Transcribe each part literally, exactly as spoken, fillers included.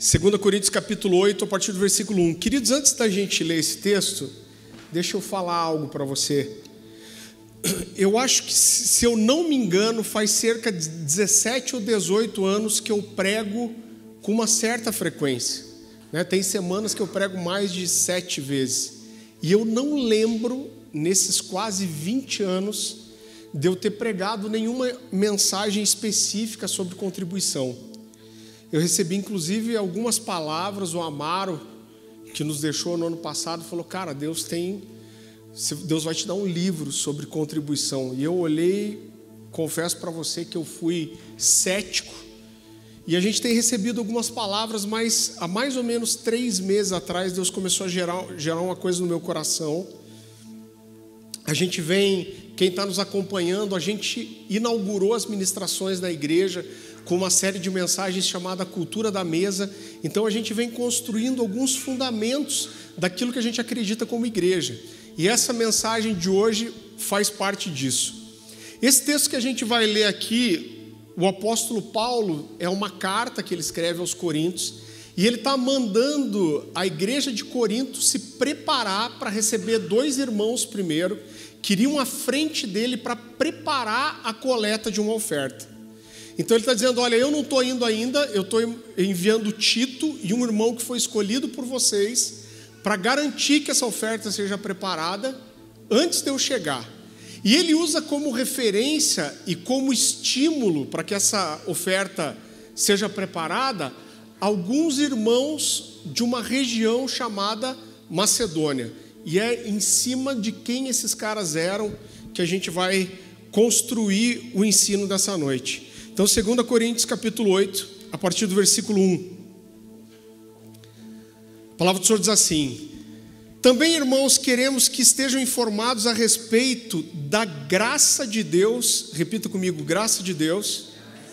segunda Coríntios capítulo oito, a partir do versículo um. Queridos, antes da gente ler esse texto, deixa eu falar algo para você. Eu acho que, se eu não me engano, faz cerca de dezessete ou dezoito anos que eu prego com uma certa frequência, né? Tem semanas que eu prego mais de sete vezes. E eu não lembro, nesses quase vinte anos, de eu ter pregado nenhuma mensagem específica sobre contribuição. Eu recebi, inclusive, algumas palavras. O Amaro, que nos deixou no ano passado, falou: cara, Deus tem... Deus vai te dar um livro sobre contribuição. E eu olhei, confesso para você que eu fui cético. E a gente tem recebido algumas palavras, mas há mais ou menos três meses atrás, Deus começou a gerar, gerar uma coisa no meu coração. A gente vem, quem está nos acompanhando, a gente inaugurou as ministrações da igreja com uma série de mensagens chamada Cultura da Mesa. Então a gente vem construindo alguns fundamentos daquilo que a gente acredita como igreja. E essa mensagem de hoje faz parte disso. Esse texto que a gente vai ler aqui, o apóstolo Paulo, é uma carta que ele escreve aos Coríntios, e ele está mandando a igreja de Corinto se preparar para receber dois irmãos primeiro, que iriam à frente dele para preparar a coleta de uma oferta. Então ele está dizendo: olha, eu não estou indo ainda, eu estou enviando Tito e um irmão que foi escolhido por vocês, para garantir que essa oferta seja preparada antes de eu chegar. E ele usa como referência e como estímulo para que essa oferta seja preparada alguns irmãos de uma região chamada Macedônia. E é em cima de quem esses caras eram que a gente vai construir o ensino dessa noite. Então, segunda Coríntios capítulo oito, a partir do versículo um. A palavra do Senhor diz assim: também, irmãos, queremos que estejam informados a respeito da graça de Deus, repita comigo, graça de Deus,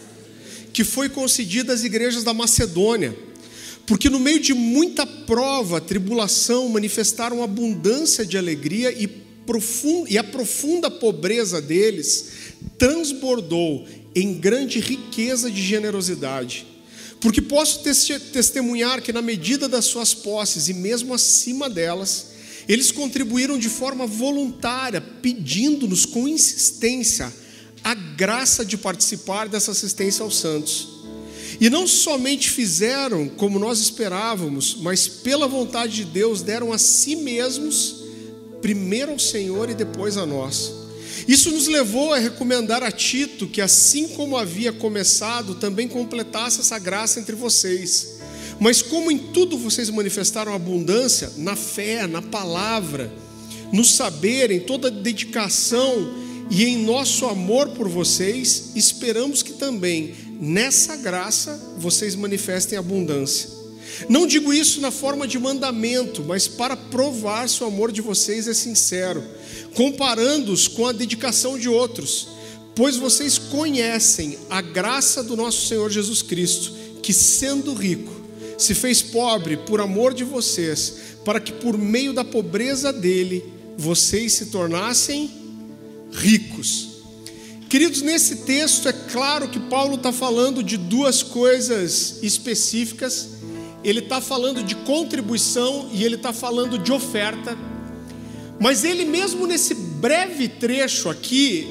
que foi concedida às igrejas da Macedônia, porque no meio de muita prova, tribulação, manifestaram abundância de alegria e, profunda, e a profunda pobreza deles transbordou em grande riqueza de generosidade. Porque posso testemunhar que na medida das suas posses e mesmo acima delas, eles contribuíram de forma voluntária, pedindo-nos com insistência a graça de participar dessa assistência aos santos. E não somente fizeram como nós esperávamos, mas pela vontade de Deus deram a si mesmos, primeiro ao Senhor e depois a nós. Isso nos levou a recomendar a Tito que, assim como havia começado, também completasse essa graça entre vocês. Mas como em tudo vocês manifestaram abundância, na fé, na palavra, no saber, em toda dedicação e em nosso amor por vocês, esperamos que também nessa graça vocês manifestem abundância. Não digo isso na forma de mandamento, mas para provar se o amor de vocês é sincero, comparando-os com a dedicação de outros, pois vocês conhecem a graça do nosso Senhor Jesus Cristo, que sendo rico, se fez pobre por amor de vocês, para que por meio da pobreza dele, vocês se tornassem ricos. Queridos, nesse texto é claro que Paulo está falando de duas coisas específicas. Ele está falando de contribuição e ele está falando de oferta. Mas ele mesmo nesse breve trecho aqui,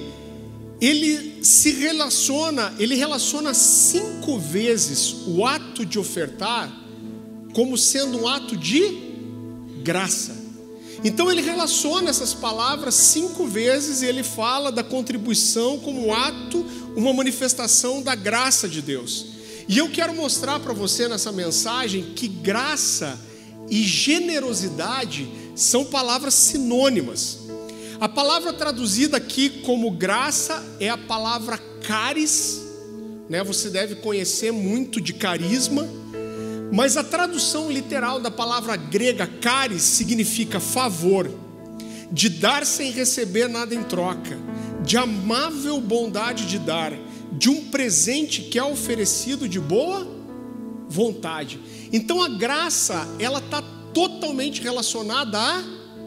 ele se relaciona, ele relaciona cinco vezes o ato de ofertar como sendo um ato de graça. Então ele relaciona essas palavras cinco vezes e ele fala da contribuição como um ato, uma manifestação da graça de Deus. E eu quero mostrar para você nessa mensagem que graça e generosidade são palavras sinônimas. A palavra traduzida aqui como graça é a palavra caris, né? Você deve conhecer muito de carisma, mas a tradução literal da palavra grega caris significa favor, de dar sem receber nada em troca, de amável bondade de dar, de um presente que é oferecido de boa vontade. Então a graça, ela está totalmente relacionada a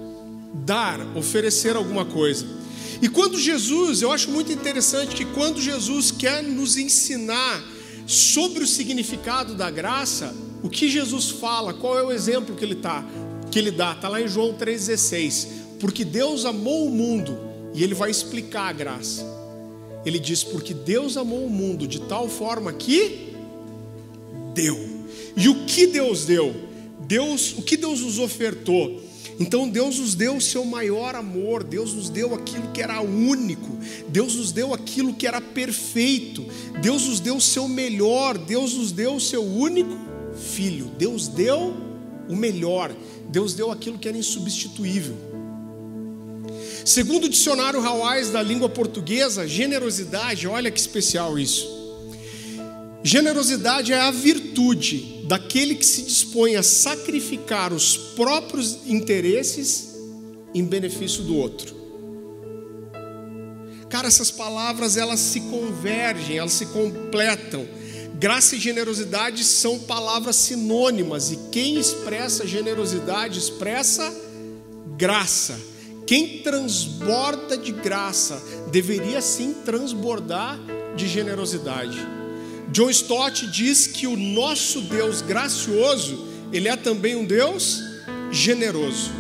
dar, oferecer alguma coisa. E quando Jesus, eu acho muito interessante que quando Jesus quer nos ensinar sobre o significado da graça, o que Jesus fala, qual é o exemplo que ele, tá, que ele dá? Está lá em João três dezesseis. Porque Deus amou o mundo, e ele vai explicar a graça. Ele diz, porque Deus amou o mundo de tal forma que deu. E o que Deus deu? Deus, o que Deus nos ofertou? Então Deus nos deu o seu maior amor, Deus nos deu aquilo que era único, Deus nos deu aquilo que era perfeito, Deus nos deu o seu melhor, Deus nos deu o seu único filho, Deus deu o melhor, Deus deu aquilo que era insubstituível. Segundo o dicionário Hawais da língua portuguesa, generosidade, olha que especial isso. Generosidade é a virtude daquele que se dispõe a sacrificar os próprios interesses em benefício do outro. Cara, essas palavras elas se convergem, elas se completam. Graça e generosidade são palavras sinônimas, e quem expressa generosidade expressa graça. Quem transborda de graça deveria sim transbordar de generosidade. John Stott diz que o nosso Deus gracioso, ele é também um Deus generoso.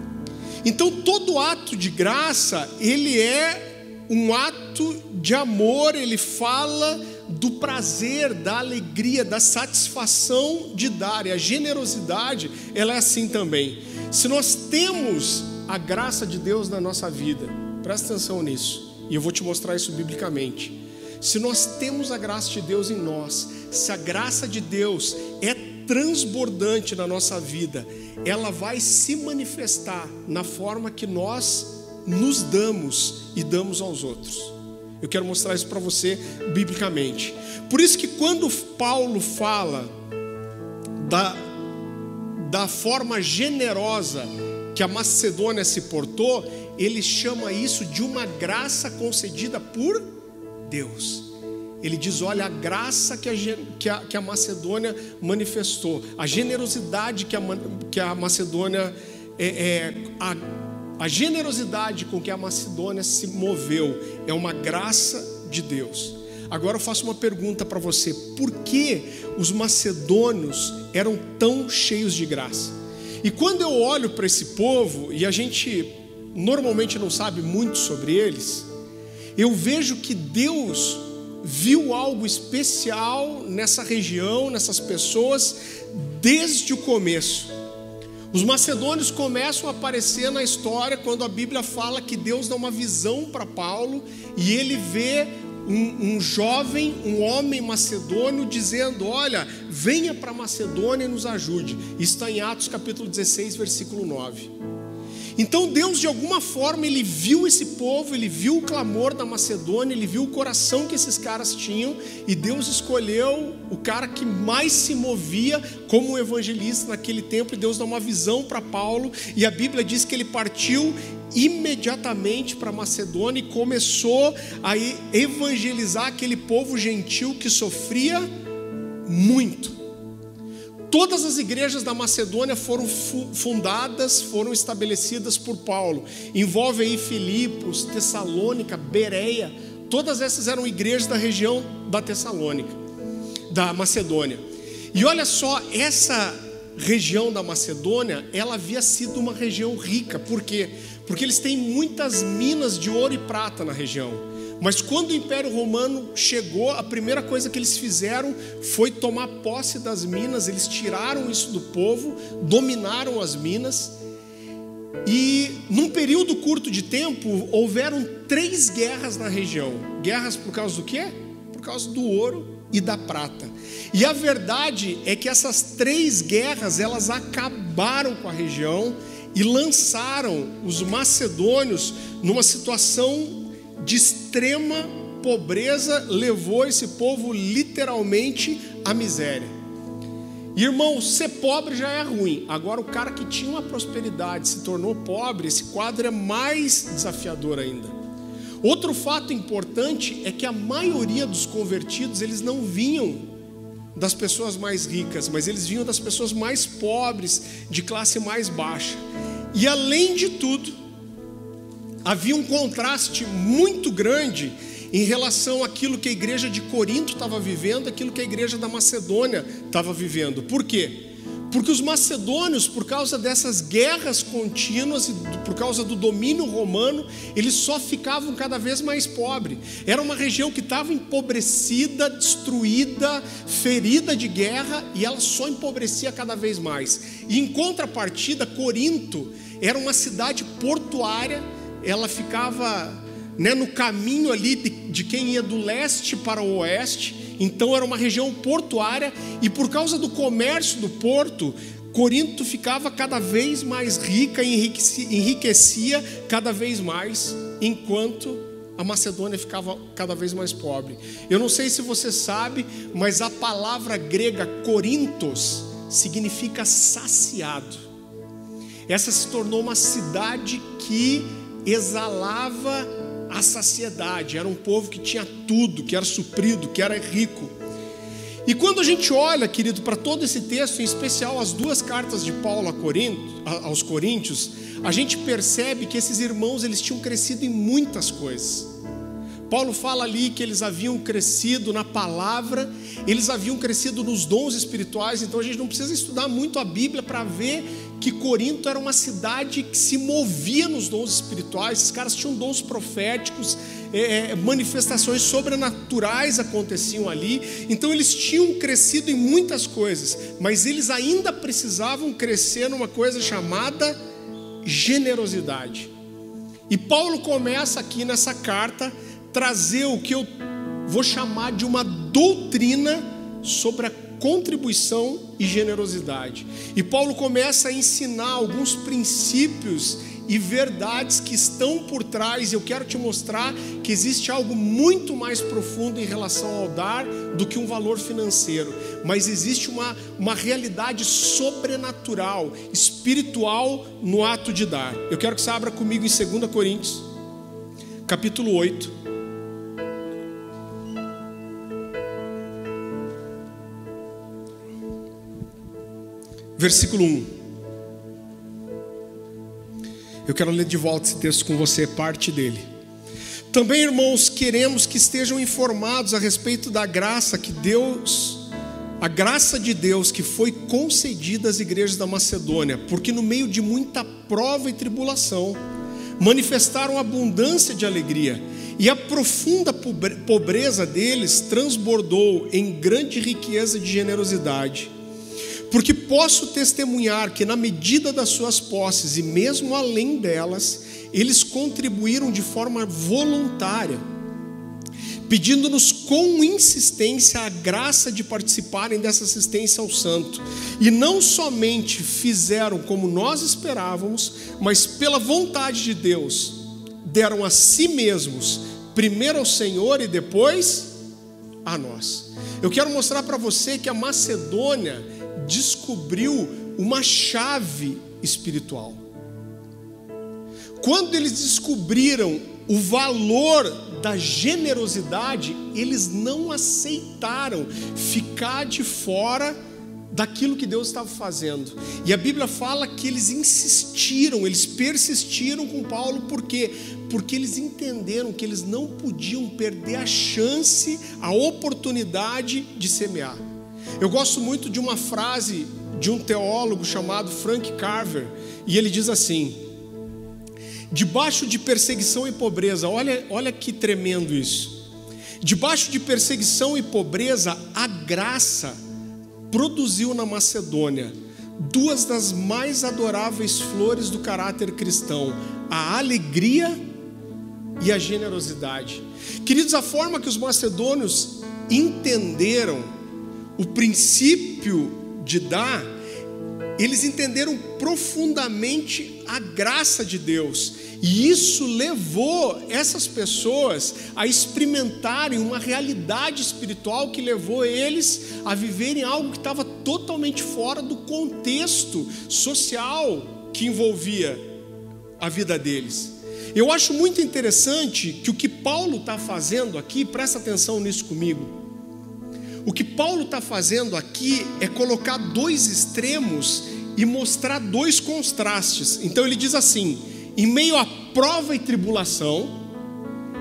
Então todo ato de graça, ele é um ato de amor, ele fala do prazer, da alegria, da satisfação de dar. E a generosidade, ela é assim também. Se nós temos a graça de Deus na nossa vida, presta atenção nisso, e eu vou te mostrar isso biblicamente. Se nós temos a graça de Deus em nós, se a graça de Deus é transbordante na nossa vida, ela vai se manifestar na forma que nós nos damos e damos aos outros. Eu quero mostrar isso para você biblicamente. Por isso que quando Paulo fala da, da forma generosa que a Macedônia se portou, ele chama isso de uma graça concedida por Deus. Ele diz, olha, a graça que a, que a, que a Macedônia manifestou, a generosidade que a, que a Macedônia é, é, a, a generosidade com que a Macedônia se moveu é uma graça de Deus. Agora eu faço uma pergunta para você: por que os macedônios eram tão cheios de graça? E quando eu olho para esse povo, e a gente normalmente não sabe muito sobre eles, eu vejo que Deus viu algo especial nessa região, nessas pessoas, desde o começo. Os macedônios começam a aparecer na história quando a Bíblia fala que Deus dá uma visão para Paulo, e ele vê um, um jovem, um homem macedônio dizendo, olha, venha para Macedônia e nos ajude. Isso está em Atos capítulo dezesseis, versículo nove. Então Deus, de alguma forma, ele viu esse povo, ele viu o clamor da Macedônia, ele viu o coração que esses caras tinham, e Deus escolheu o cara que mais se movia como um evangelista naquele tempo, e Deus dá uma visão para Paulo, e a Bíblia diz que ele partiu imediatamente para Macedônia e começou a evangelizar aquele povo gentil que sofria muito. Todas as igrejas da Macedônia foram fundadas, foram estabelecidas por Paulo. Envolve aí Filipos, Tessalônica, Bereia. Todas essas eram igrejas da região da Tessalônica, da Macedônia. E olha só, essa região da Macedônia, ela havia sido uma região rica. Por quê? Porque eles têm muitas minas de ouro e prata na região. Mas quando o Império Romano chegou, a primeira coisa que eles fizeram foi tomar posse das minas. Eles tiraram isso do povo, dominaram as minas. E num período curto de tempo, houveram três guerras na região. Guerras por causa do quê? Por causa do ouro e da prata. E a verdade é que essas três guerras, elas acabaram com a região e lançaram os macedônios numa situação de extrema pobreza, levou esse povo literalmente à miséria. Irmão, ser pobre já é ruim. Agora o cara que tinha uma prosperidade se tornou pobre, esse quadro é mais desafiador ainda. Outro fato importante é que a maioria dos convertidos, eles não vinham das pessoas mais ricas, mas eles vinham das pessoas mais pobres, de classe mais baixa. E além de tudo, havia um contraste muito grande em relação àquilo que a igreja de Corinto estava vivendo, aquilo que a igreja da Macedônia estava vivendo. Por quê? Porque os macedônios, por causa dessas guerras contínuas e por causa do domínio romano, eles só ficavam cada vez mais pobres. Era uma região que estava empobrecida, destruída, ferida de guerra, e ela só empobrecia cada vez mais. E em contrapartida, Corinto era uma cidade portuária, ela ficava, né, no caminho ali de, de quem ia do leste para o oeste. Então era uma região portuária, e por causa do comércio do porto, Corinto ficava cada vez mais rica e enriquecia, enriquecia cada vez mais, enquanto a Macedônia ficava cada vez mais pobre. Eu não sei se você sabe, mas a palavra grega Corintos significa saciado. Essa se tornou uma cidade que exalava a saciedade. Era um povo que tinha tudo, que era suprido, que era rico. E quando a gente olha, querido, para todo esse texto, em especial as duas cartas de Paulo a Corinto, aos Coríntios, a gente percebe que esses irmãos, eles tinham crescido em muitas coisas. Paulo fala ali que eles haviam crescido na palavra, eles haviam crescido nos dons espirituais. Então a gente não precisa estudar muito a Bíblia para ver que Corinto era uma cidade que se movia nos dons espirituais. Esses caras tinham dons proféticos, é, manifestações sobrenaturais aconteciam ali. Então eles tinham crescido em muitas coisas, mas eles ainda precisavam crescer numa coisa chamada generosidade. E Paulo começa aqui nessa carta trazer o que eu vou chamar de uma doutrina sobre a contribuição e generosidade. E Paulo começa a ensinar alguns princípios e verdades que estão por trás. Eu quero te mostrar que existe algo muito mais profundo em relação ao dar do que um valor financeiro, mas existe uma, uma realidade sobrenatural, espiritual no ato de dar. Eu quero que você abra comigo em dois Coríntios, capítulo oito. Versículo um. Eu quero ler de volta esse texto com você, parte dele. Também, irmãos, queremos que estejam informados a respeito da graça que Deus, a graça de Deus que foi concedida às igrejas da Macedônia, porque no meio de muita prova e tribulação, manifestaram abundância de alegria, e a profunda pobreza deles transbordou em grande riqueza de generosidade. Porque posso testemunhar que na medida das suas posses e mesmo além delas, eles contribuíram de forma voluntária, pedindo-nos com insistência a graça de participarem dessa assistência ao santo. E não somente fizeram como nós esperávamos, mas pela vontade de Deus, deram a si mesmos, primeiro ao Senhor e depois a nós. Eu quero mostrar para você que a Macedônia descobriu uma chave espiritual. Quando eles descobriram o valor da generosidade, eles não aceitaram ficar de fora daquilo que Deus estava fazendo. E a Bíblia fala que eles insistiram, eles persistiram com Paulo. Por quê? Porque eles entenderam que eles não podiam perder a chance, a oportunidade de semear. Eu gosto muito de uma frase de um teólogo chamado Frank Carver, e ele diz assim: debaixo de perseguição e pobreza, olha, olha que tremendo isso, debaixo de perseguição e pobreza, a graça produziu na Macedônia duas das mais adoráveis flores do caráter cristão: a alegria e a generosidade. Queridos, a forma que os macedônios entenderam o princípio de dar, eles entenderam profundamente a graça de Deus, e isso levou essas pessoas a experimentarem uma realidade espiritual que levou eles a viverem algo que estava totalmente fora do contexto social que envolvia a vida deles. Eu acho muito interessante que o que Paulo está fazendo aqui, presta atenção nisso comigo, o que Paulo está fazendo aqui é colocar dois extremos e mostrar dois contrastes. Então ele diz assim: em meio à prova e tribulação,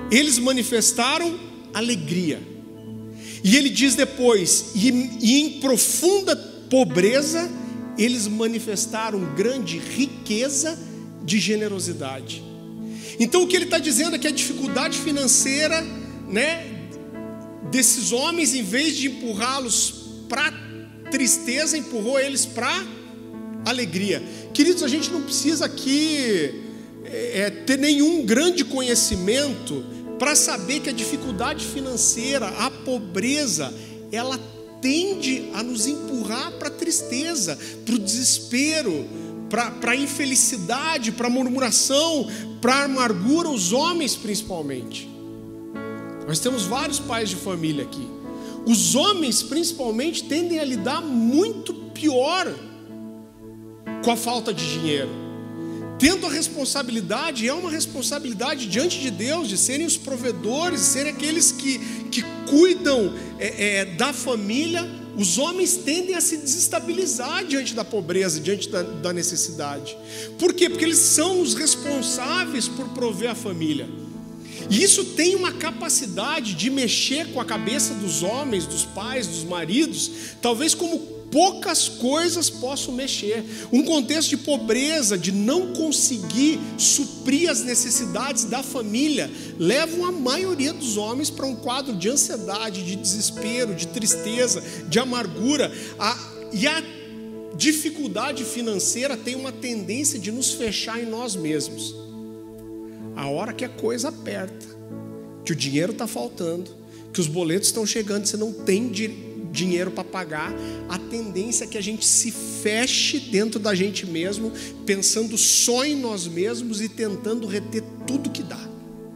eles manifestaram alegria. E ele diz depois, e, e em profunda pobreza, eles manifestaram grande riqueza de generosidade. Então o que ele está dizendo é que a dificuldade financeira, né, desses homens, em vez de empurrá-los para tristeza, empurrou eles para alegria. Queridos, a gente não precisa aqui é, ter nenhum grande conhecimento para saber que a dificuldade financeira, a pobreza, ela tende a nos empurrar para a tristeza, para o desespero, para a infelicidade, para a murmuração, para a amargura, os homens principalmente. Nós temos vários pais de família aqui. Os homens principalmente tendem a lidar muito pior com a falta de dinheiro. Tendo a responsabilidade, é uma responsabilidade diante de Deus, de serem os provedores, de serem aqueles que, que cuidam é, é, da família. Os homens tendem a se desestabilizar diante da pobreza, diante da, da necessidade. Por quê? Porque eles são os responsáveis por prover a família. E isso tem uma capacidade de mexer com a cabeça dos homens, dos pais, dos maridos, talvez como poucas coisas possam mexer. Um contexto de pobreza, de não conseguir suprir as necessidades da família, levam a maioria dos homens para um quadro de ansiedade, de desespero, de tristeza, de amargura. A, e a dificuldade financeira tem uma tendência de nos fechar em nós mesmos. A hora que a coisa aperta, que o dinheiro está faltando, que os boletos estão chegando, você não tem dinheiro dinheiro para pagar, a tendência é que a gente se feche dentro da gente mesmo, pensando só em nós mesmos e tentando reter tudo que dá.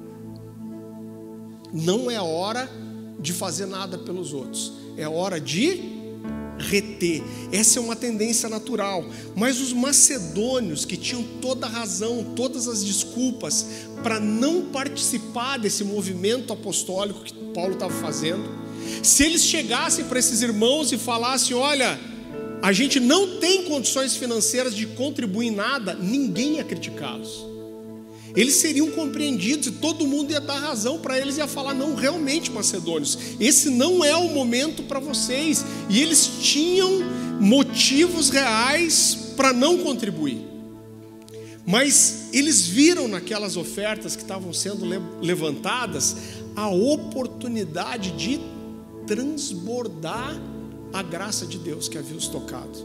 Não é hora de fazer nada pelos outros, é hora de reter. Essa é uma tendência natural. Mas os macedônios, que tinham toda a razão, todas as desculpas para não participar desse movimento apostólico que Paulo estava fazendo, se eles chegassem para esses irmãos e falassem: olha, a gente não tem condições financeiras de contribuir em nada, ninguém ia criticá-los. Eles seriam compreendidos e todo mundo ia dar razão para eles, ia falar: não, realmente, macedônios, esse não é o momento para vocês. E eles tinham motivos reais para não contribuir. Mas eles viram naquelas ofertas que estavam sendo levantadas a oportunidade de transbordar a graça de Deus que havia os tocado.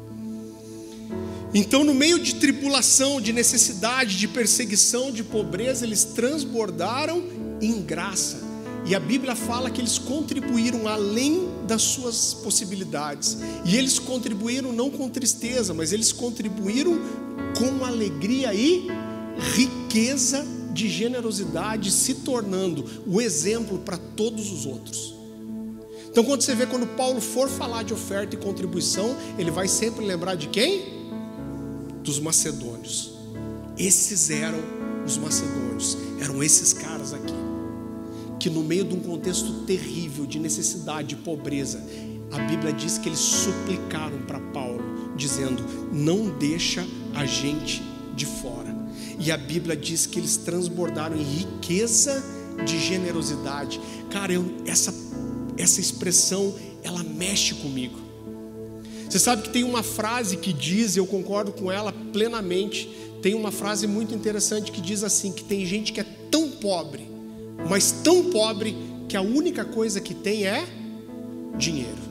Então, no meio de tribulação, de necessidade, de perseguição, de pobreza, eles transbordaram em graça. E a Bíblia fala que eles contribuíram além das suas possibilidades. E eles contribuíram não com tristeza, mas eles contribuíram com alegria e riqueza de generosidade, se tornando o exemplo para todos os outros. Então, quando você vê, quando Paulo for falar de oferta e contribuição, ele vai sempre lembrar de quem? Dos macedônios. Esses eram os macedônios, eram esses caras aqui, que no meio de um contexto terrível de necessidade, de pobreza, a Bíblia diz que eles suplicaram para Paulo, dizendo: não deixa a gente de fora. E a Bíblia diz que eles transbordaram em riqueza de generosidade. Cara, eu, essa Essa expressão, ela mexe comigo. Você sabe que tem uma frase que diz, eu concordo com ela plenamente, tem uma frase muito interessante que diz assim, que tem gente que é tão pobre, mas tão pobre, que a única coisa que tem é dinheiro.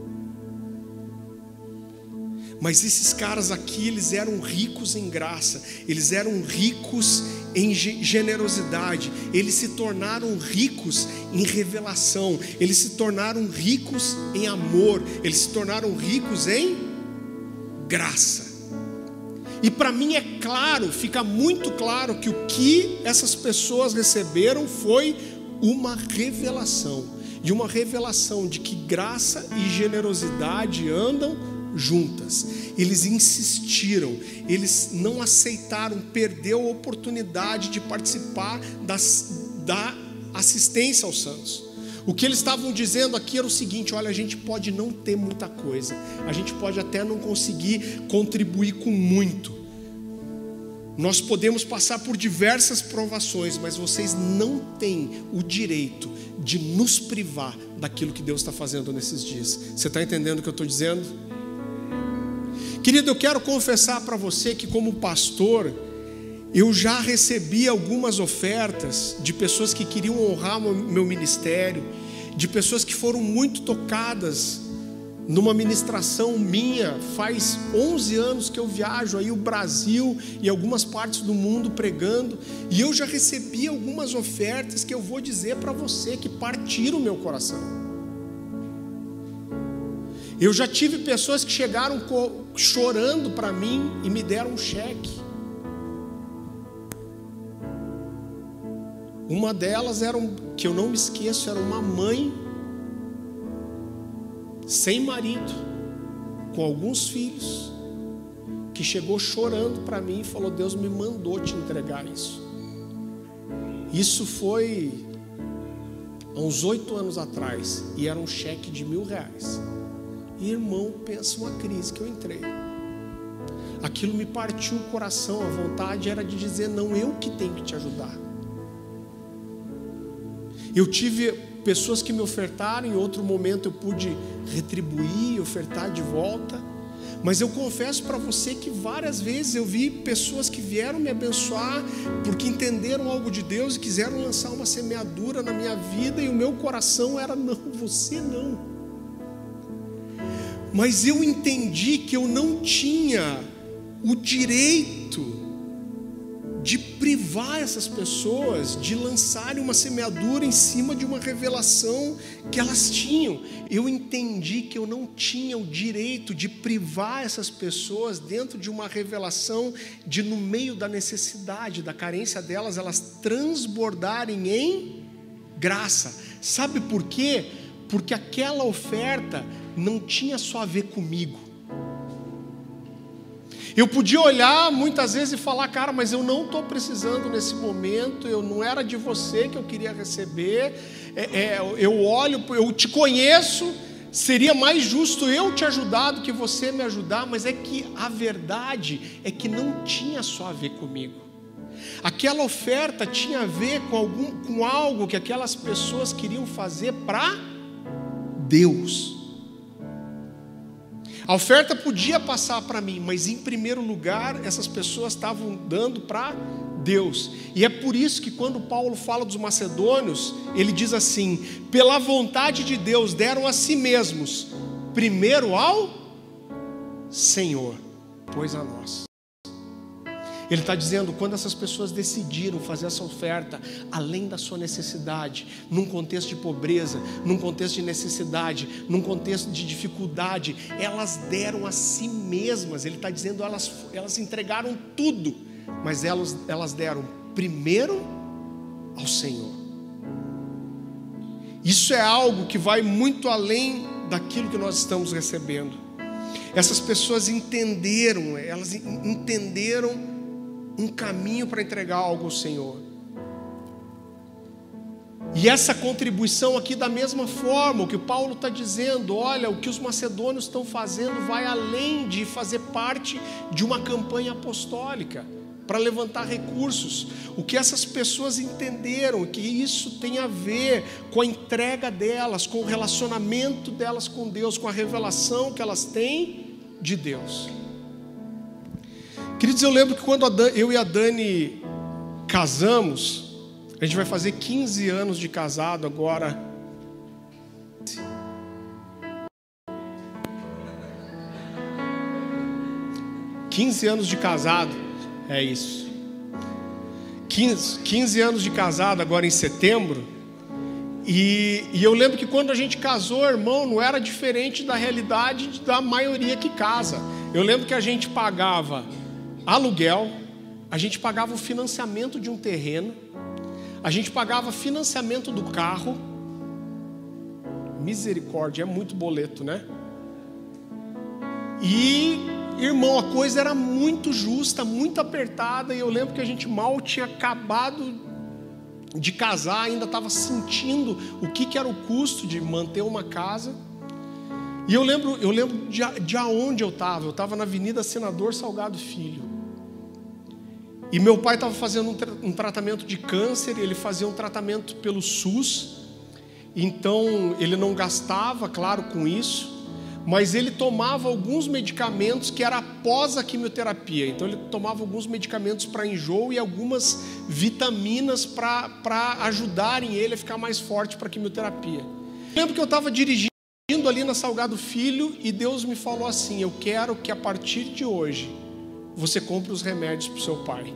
Mas esses caras aqui, eles eram ricos em graça, eles eram ricos em generosidade, eles se tornaram ricos em revelação, eles se tornaram ricos em amor, eles se tornaram ricos em graça. E para mim é claro, fica muito claro que o que essas pessoas receberam foi uma revelação, e uma revelação de que graça e generosidade andam juntas. Eles insistiram, eles não aceitaram perder a oportunidade de participar das, da assistência aos santos. O que eles estavam dizendo aqui era o seguinte: olha, a gente pode não ter muita coisa, a gente pode até não conseguir contribuir com muito, Nós podemos passar por diversas provações, mas vocês não têm o direito de nos privar daquilo que Deus está fazendo nesses dias. Você está entendendo o que eu estou dizendo? Querido, eu quero confessar para você que, como pastor, eu já recebi algumas ofertas de pessoas que queriam honrar o meu ministério, de pessoas que foram muito tocadas numa ministração minha. Faz onze anos que eu viajo aí o Brasil e algumas partes do mundo pregando, e eu já recebi algumas ofertas que eu vou dizer para você que partiram o meu coração. Eu já tive pessoas que chegaram chorando para mim e me deram um cheque. Uma delas era, um, que eu não me esqueço, era uma mãe sem marido, com alguns filhos, que chegou chorando para mim e falou: Deus me mandou te entregar isso. Isso foi há uns oito anos atrás, e era um cheque de mil reais. E, irmão, pensa uma crise que eu entrei. Aquilo me partiu o coração, a vontade era de dizer: não, eu que tenho que te ajudar. Eu tive pessoas que me ofertaram, em outro momento eu pude retribuir, ofertar de volta. Mas eu confesso para você que várias vezes eu vi pessoas que vieram me abençoar porque entenderam algo de Deus e quiseram lançar uma semeadura na minha vida, e o meu coração era: não, você não. Mas eu entendi que eu não tinha o direito de privar essas pessoas de lançarem uma semeadura em cima de uma revelação que elas tinham. Eu entendi que eu não tinha o direito de privar essas pessoas dentro de uma revelação de, no meio da necessidade, da carência delas, elas transbordarem em graça. Sabe por quê? Porque aquela oferta não tinha só a ver comigo. Eu podia olhar muitas vezes e falar: cara, mas eu não estou precisando nesse momento, eu não era de você que eu queria receber, é, é, eu olho, eu te conheço, seria mais justo eu te ajudar do que você me ajudar. Mas é que a verdade é que não tinha só a ver comigo. Aquela oferta tinha a ver com, algum, com algo que aquelas pessoas queriam fazer para Deus. A oferta podia passar para mim, mas em primeiro lugar essas pessoas estavam dando para Deus. E é por isso que quando Paulo fala dos macedônios, ele diz assim: pela vontade de Deus deram a si mesmos, primeiro ao Senhor, depois a nós. Ele está dizendo, quando essas pessoas decidiram fazer essa oferta além da sua necessidade, num contexto de pobreza, num contexto de necessidade, num contexto de dificuldade, elas deram a si mesmas. Ele está dizendo, elas, elas entregaram tudo, mas elas, elas deram primeiro ao Senhor. Isso é algo que vai muito além daquilo que nós estamos recebendo. Essas pessoas entenderam, elas entenderam um caminho para entregar algo ao Senhor. E essa contribuição aqui, da mesma forma, o que Paulo está dizendo, olha, o que os macedônios estão fazendo vai além de fazer parte de uma campanha apostólica para levantar recursos. O que essas pessoas entenderam, que isso tem a ver com a entrega delas, com o relacionamento delas com Deus, com a revelação que elas têm de Deus. Queridos, eu lembro que quando eu e a Dani casamos, a gente vai fazer quinze anos de casado agora. quinze anos de casado, é isso. quinze, quinze anos de casado agora em setembro. E, e eu lembro que quando a gente casou, irmão, não era diferente da realidade da maioria que casa. Eu lembro que a gente pagava aluguel, a gente pagava o financiamento de um terreno, a gente pagava financiamento do carro. Misericórdia, é muito boleto, né? E, irmão, a coisa era muito justa, muito apertada. E eu lembro que a gente mal tinha acabado de casar, ainda estava sentindo o que, que era o custo de manter uma casa. E eu lembro, eu lembro de, de aonde eu estava. Eu estava na Avenida Senador Salgado Filho. E meu pai estava fazendo um, tra um tratamento de câncer, ele fazia um tratamento pelo SUS, então ele não gastava, claro, com isso, mas ele tomava alguns medicamentos que era após a quimioterapia. Então ele tomava alguns medicamentos para enjoo e algumas vitaminas para ajudarem ele a ficar mais forte para a quimioterapia. Lembro que eu estava dirigindo ali na Salgado Filho e Deus me falou assim: eu quero que a partir de hoje você compre os remédios para o seu pai.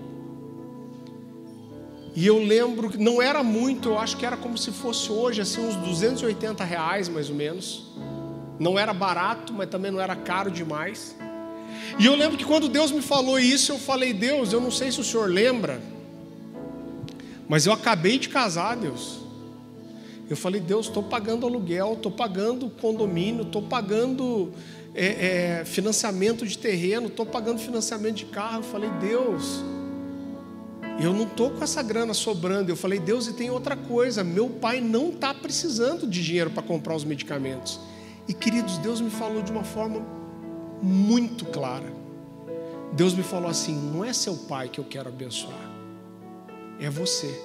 E eu lembro que não era muito, eu acho que era como se fosse hoje, assim, uns duzentos e oitenta reais mais ou menos. Não era barato, mas também não era caro demais. E eu lembro que quando Deus me falou isso, eu falei: Deus, eu não sei se o Senhor lembra, mas eu acabei de casar, Deus. Eu falei: Deus, estou pagando aluguel, estou pagando condomínio, estou pagando é, é, financiamento de terreno, estou pagando financiamento de carro. Eu falei: Deus, eu não estou com essa grana sobrando. Eu falei: Deus, e tem outra coisa, meu pai não está precisando de dinheiro para comprar os medicamentos. E queridos, Deus me falou de uma forma muito clara. Deus me falou assim: não é seu pai que eu quero abençoar, é você.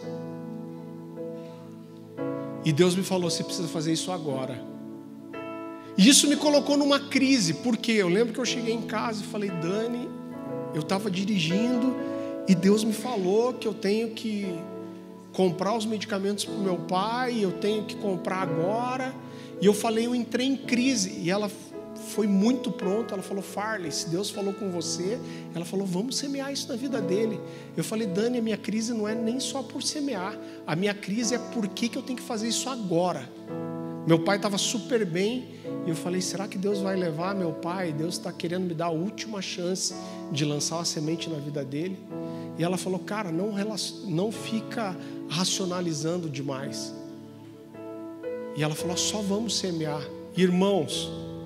E Deus me falou: você precisa fazer isso agora. E isso me colocou numa crise, porque eu lembro que eu cheguei em casa e falei: Dani, eu estava dirigindo e Deus me falou que eu tenho que comprar os medicamentos para o meu pai, eu tenho que comprar agora. E eu falei, eu entrei em crise. E ela foi muito pronta, ela falou: Farley, se Deus falou com você, ela falou, vamos semear isso na vida dele. Eu falei: Dani, a minha crise não é nem só por semear, a minha crise é por que que eu tenho que fazer isso agora. Meu pai estava super bem, e eu falei: será que Deus vai levar meu pai? Deus está querendo me dar a última chance de lançar uma semente na vida dele. E ela falou: cara, não, não fica racionalizando demais. E ela falou: só vamos semear. Irmãos,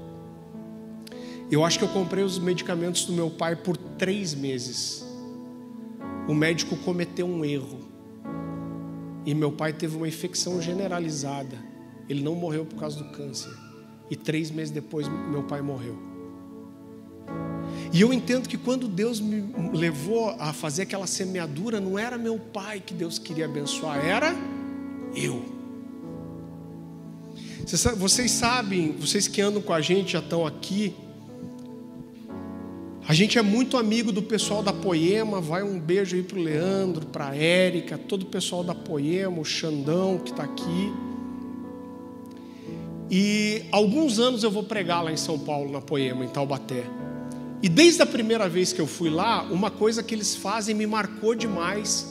eu acho que eu comprei os medicamentos do meu pai por três meses. O médico cometeu um erro e meu pai teve uma infecção generalizada. Ele não morreu por causa do câncer. E três meses depois meu pai morreu. E eu entendo que quando Deus me levou a fazer aquela semeadura, não era meu pai que Deus queria abençoar, era eu. Vocês sabem, vocês que andam com a gente já estão aqui. A gente é muito amigo do pessoal da Poema. Vai um beijo aí para o Leandro, para a Érica, todo o pessoal da Poema, o Xandão que está aqui. E alguns anos eu vou pregar lá em São Paulo, na Poema, em Taubaté. E desde a primeira vez que eu fui lá, uma coisa que eles fazem me marcou demais.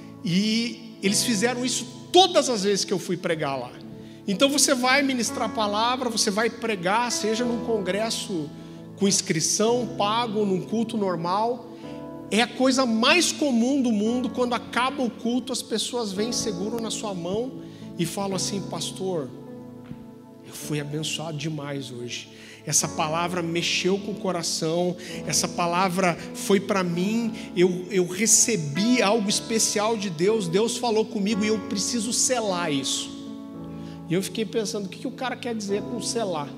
E eles fizeram isso todas as vezes que eu fui pregar lá. Então você vai ministrar a palavra, você vai pregar, seja num congresso com inscrição, pago, num culto normal. É a coisa mais comum do mundo. Quando acaba o culto, as pessoas vêm, seguram na sua mão e falam assim: pastor, eu fui abençoado demais hoje. Essa palavra mexeu com o coração, essa palavra foi para mim, eu, eu recebi algo especial de Deus, Deus falou comigo e eu preciso selar isso. E eu fiquei pensando, o que, que o cara quer dizer com selar?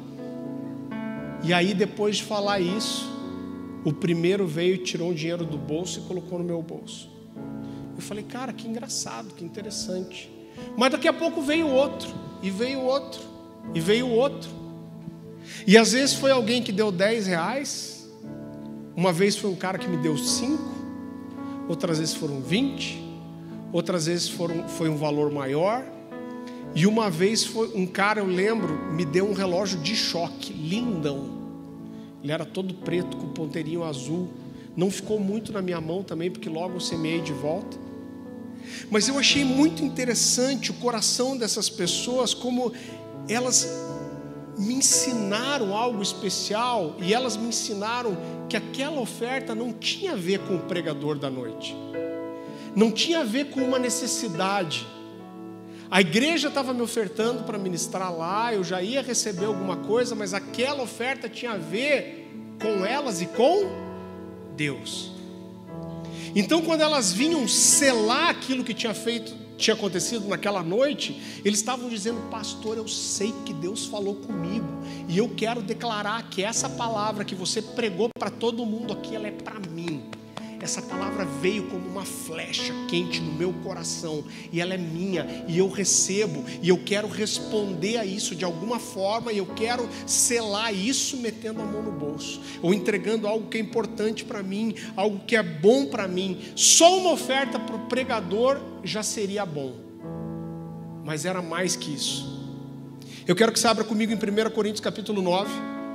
E aí, depois de falar isso, o primeiro veio e tirou um dinheiro do bolso e colocou no meu bolso. Eu falei: cara, que engraçado, que interessante. Mas daqui a pouco veio outro, e veio outro, e veio outro. E às vezes foi alguém que deu dez reais, uma vez foi um cara que me deu cinco, outras vezes foram vinte, outras vezes foram, foi um valor maior. E uma vez foi um cara, eu lembro, me deu um relógio de choque, lindão. Ele era todo preto, com ponteirinho azul. Não ficou muito na minha mão também, porque logo eu semeei de volta. Mas eu achei muito interessante o coração dessas pessoas, como elas me ensinaram algo especial. E elas me ensinaram que aquela oferta não tinha a ver com o pregador da noite. Não tinha a ver com uma necessidade. A igreja estava me ofertando para ministrar lá, eu já ia receber alguma coisa, mas aquela oferta tinha a ver com elas e com Deus. Então, quando elas vinham selar aquilo que tinha feito, tinha acontecido naquela noite, eles estavam dizendo: pastor, eu sei que Deus falou comigo, e eu quero declarar que essa palavra que você pregou para todo mundo aqui, ela é para mim. essa palavra veio como uma flecha quente no meu coração, e ela é minha, e eu recebo, e eu quero responder a isso de alguma forma, e eu quero selar isso metendo a mão no bolso, ou entregando algo que é importante para mim, algo que é bom para mim. Só uma oferta para o pregador já seria bom, mas era mais que isso. Eu quero que você abra comigo em primeira Coríntios capítulo nove.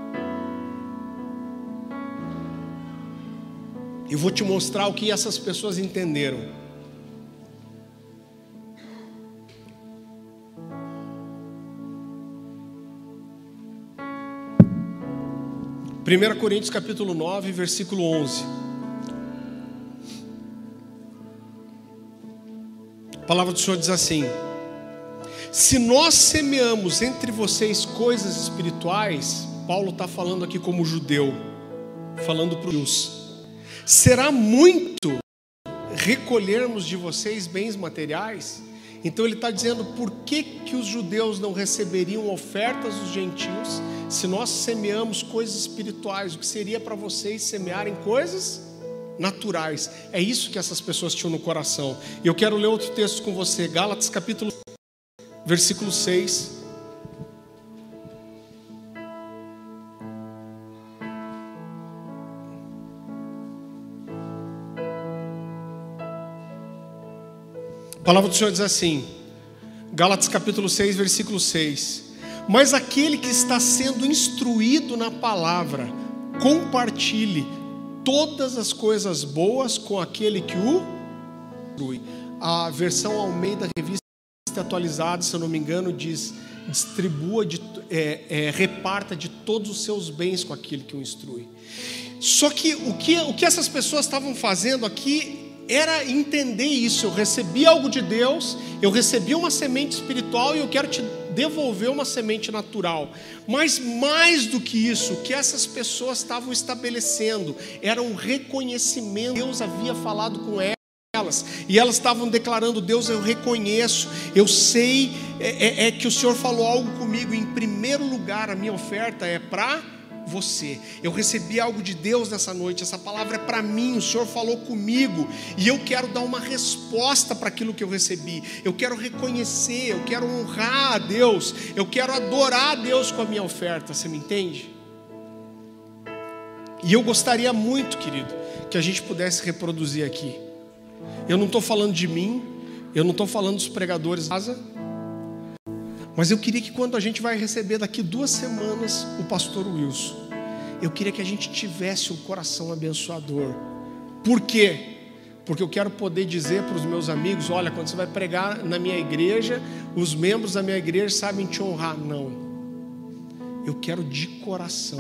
Eu vou te mostrar o que essas pessoas entenderam. primeira Coríntios capítulo nove, versículo onze. A palavra do Senhor diz assim: se nós semeamos entre vocês coisas espirituais, Paulo está falando aqui como judeu, falando para os, será muito recolhermos de vocês bens materiais? Então ele está dizendo, por que, que os judeus não receberiam ofertas dos gentios, se nós semeamos coisas espirituais? O que seria para vocês semearem coisas naturais? É isso que essas pessoas tinham no coração. E eu quero ler outro texto com você, Gálatas capítulo versículo seis. A palavra do Senhor diz assim, Gálatas capítulo seis, versículo seis: mas aquele que está sendo instruído na palavra, compartilhe todas as coisas boas com aquele que o instrui. A versão Almeida Revista Atualizada, se eu não me engano, diz: distribua, de, é, é, reparta de todos os seus bens com aquele que o instrui. Só que o que, o que essas pessoas estavam fazendo aqui era entender isso. Eu recebi algo de Deus, eu recebi uma semente espiritual e eu quero te devolver uma semente natural. Mas mais do que isso, o que essas pessoas estavam estabelecendo era um reconhecimento. Deus havia falado com elas. E elas estavam declarando: Deus, eu reconheço, eu sei é, é, é que o Senhor falou algo comigo. Em primeiro lugar, a minha oferta é para você. Eu recebi algo de Deus nessa noite, essa palavra é para mim, o Senhor falou comigo, e eu quero dar uma resposta para aquilo que eu recebi. Eu quero reconhecer, eu quero honrar a Deus, eu quero adorar a Deus com a minha oferta. Você me entende? E eu gostaria muito, querido, que a gente pudesse reproduzir aqui. Eu não estou falando de mim, eu não estou falando dos pregadores, mas eu queria que quando a gente vai receber daqui duas semanas o pastor Wilson, eu queria que a gente tivesse um coração abençoador. Por quê? Porque eu quero poder dizer para os meus amigos: olha, quando você vai pregar na minha igreja, os membros da minha igreja sabem te honrar. Não, eu quero de coração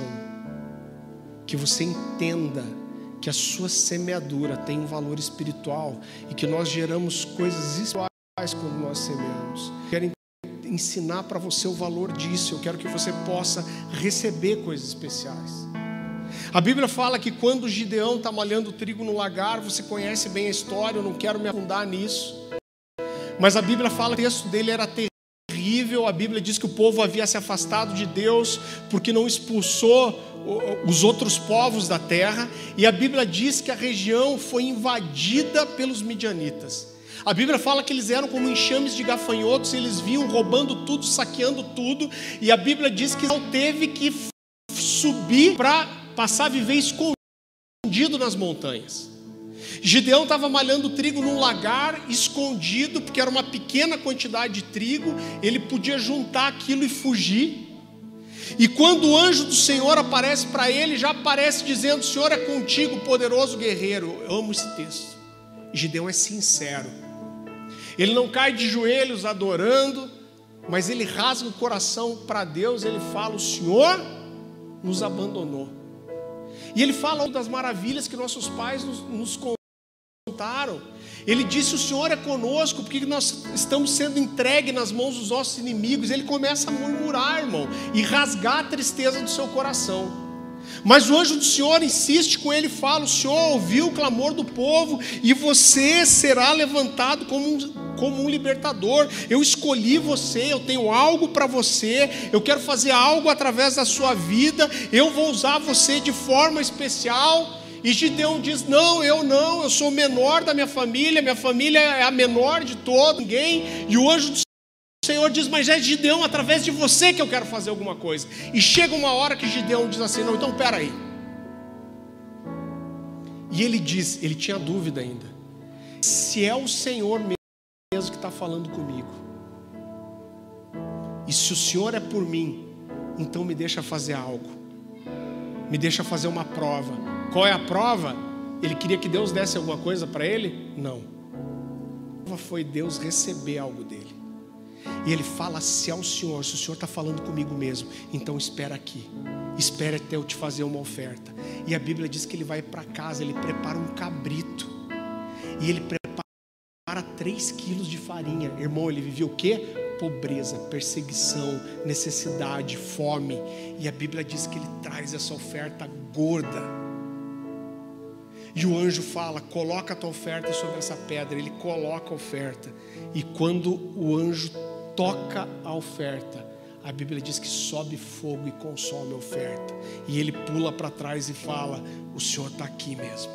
que você entenda que a sua semeadura tem um valor espiritual e que nós geramos coisas espirituais quando nós semeamos. Quero ensinar para você o valor disso. Eu quero que você possa receber coisas especiais. A Bíblia fala que quando o Gideão está malhando trigo no lagar, você conhece bem a história, eu não quero me afundar nisso, mas a Bíblia fala que o texto dele era terrível. A Bíblia diz que o povo havia se afastado de Deus porque não expulsou os outros povos da terra, e a Bíblia diz que a região foi invadida pelos midianitas. A Bíblia fala que eles eram como enxames de gafanhotos, eles vinham roubando tudo, saqueando tudo, e a Bíblia diz que não teve que subir para passar a viver escondido nas montanhas. Gideão estava malhando trigo num lagar, escondido, porque era uma pequena quantidade de trigo, ele podia juntar aquilo e fugir. E quando o anjo do Senhor aparece para ele, já aparece dizendo: o Senhor é contigo, poderoso guerreiro. Eu amo esse texto. Gideão é sincero. Ele não cai de joelhos adorando, mas ele rasga o coração para Deus. Ele fala: o Senhor nos abandonou. E ele fala das maravilhas que nossos pais nos, nos contaram. Ele disse: o Senhor é conosco, porque nós estamos sendo entregues nas mãos dos nossos inimigos. Ele começa a murmurar, irmão, e rasgar a tristeza do seu coração. Mas o anjo do Senhor insiste com ele e fala: o Senhor ouviu o clamor do povo, e você será levantado como um, como um libertador. Eu escolhi você, eu tenho algo para você, eu quero fazer algo através da sua vida, eu vou usar você de forma especial. E Gideão diz: não, eu não, eu sou o menor da minha família, minha família é a menor de todo, ninguém. E o anjo do Senhor diz: mas é Gideão, através de você que eu quero fazer alguma coisa. E chega uma hora que Gideão diz assim: não, então espera aí. E ele diz, ele tinha dúvida ainda, se é o Senhor mesmo que está falando comigo, e se o Senhor é por mim, então me deixa fazer algo, me deixa fazer uma prova. Qual é a prova? Ele queria que Deus desse alguma coisa para ele? Não. A prova foi Deus receber algo dele. E ele fala: se é o Senhor, se o Senhor está falando comigo mesmo, então espera aqui, espera até eu te fazer uma oferta. E a Bíblia diz que ele vai para casa, ele prepara um cabrito, e ele prepara três quilos de farinha. Irmão, ele vivia o quê? Pobreza, perseguição, necessidade, fome. E a Bíblia diz que ele traz essa oferta gorda. E o anjo fala: coloca a tua oferta sobre essa pedra. Ele coloca a oferta. E quando o anjo toca a oferta, a Bíblia diz que sobe fogo e consome a oferta. E ele pula para trás e fala: o Senhor está aqui mesmo.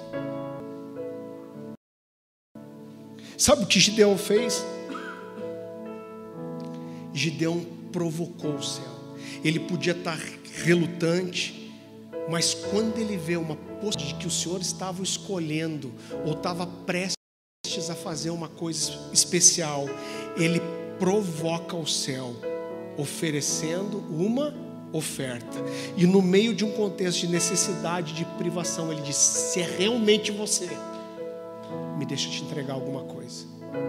Sabe o que Gideão fez? Gideão provocou o céu. Ele podia estar relutante, mas quando ele vê uma possibilidade de que o Senhor estava escolhendo, ou estava prestes a fazer uma coisa especial, ele provoca o céu, oferecendo uma oferta. E no meio de um contexto de necessidade, de privação, ele diz: se é realmente você, me deixa te entregar alguma coisa.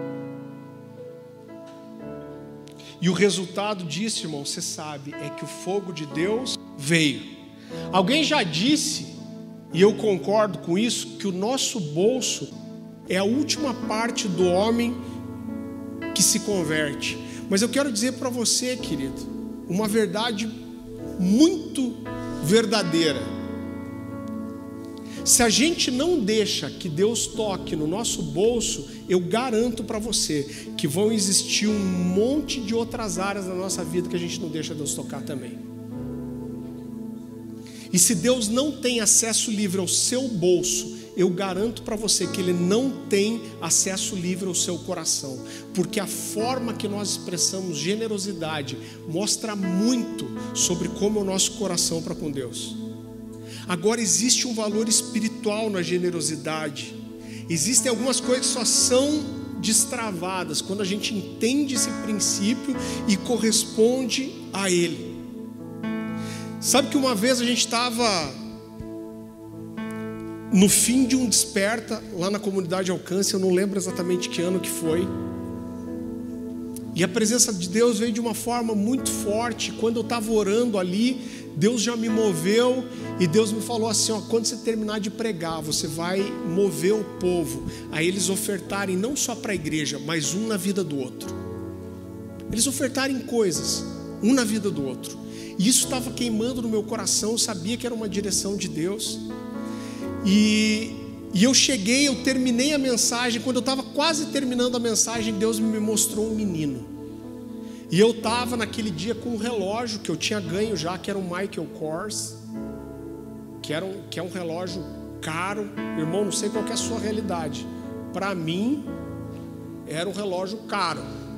E o resultado disso, irmão, você sabe, é que o fogo de Deus veio. Alguém já disse, e eu concordo com isso, que o nosso bolso é a última parte do homem que se converte. Mas eu quero dizer para você, querido, uma verdade muito verdadeira. Se a gente não deixa que Deus toque no nosso bolso, eu garanto para você que vão existir um monte de outras áreas da nossa vida que a gente não deixa Deus tocar também. E se Deus não tem acesso livre ao seu bolso, eu garanto para você que Ele não tem acesso livre ao seu coração, porque a forma que nós expressamos generosidade mostra muito sobre como é o nosso coração para com Deus. Agora, existe um valor espiritual na generosidade. Existem algumas coisas que só são destravadas quando a gente entende esse princípio e corresponde a ele. Sabe que uma vez a gente estava no fim de um desperta lá na comunidade Alcance, eu não lembro exatamente que ano que foi, e a presença de Deus veio de uma forma muito forte. Quando eu estava orando ali, Deus já me moveu, e Deus me falou assim: ó, quando você terminar de pregar, você vai mover o povo a eles ofertarem não só para a igreja, mas um na vida do outro. Eles ofertarem coisas, um na vida do outro. E isso estava queimando no meu coração. Eu sabia que era uma direção de Deus. E, e eu cheguei, eu terminei a mensagem. Quando eu estava quase terminando a mensagem, Deus me mostrou um menino. E eu estava naquele dia com um relógio que eu tinha ganho já, que era um Michael Kors, que, era um, que é um relógio caro. Irmão, não sei qual que é a sua realidade. Para mim, era um relógio caro.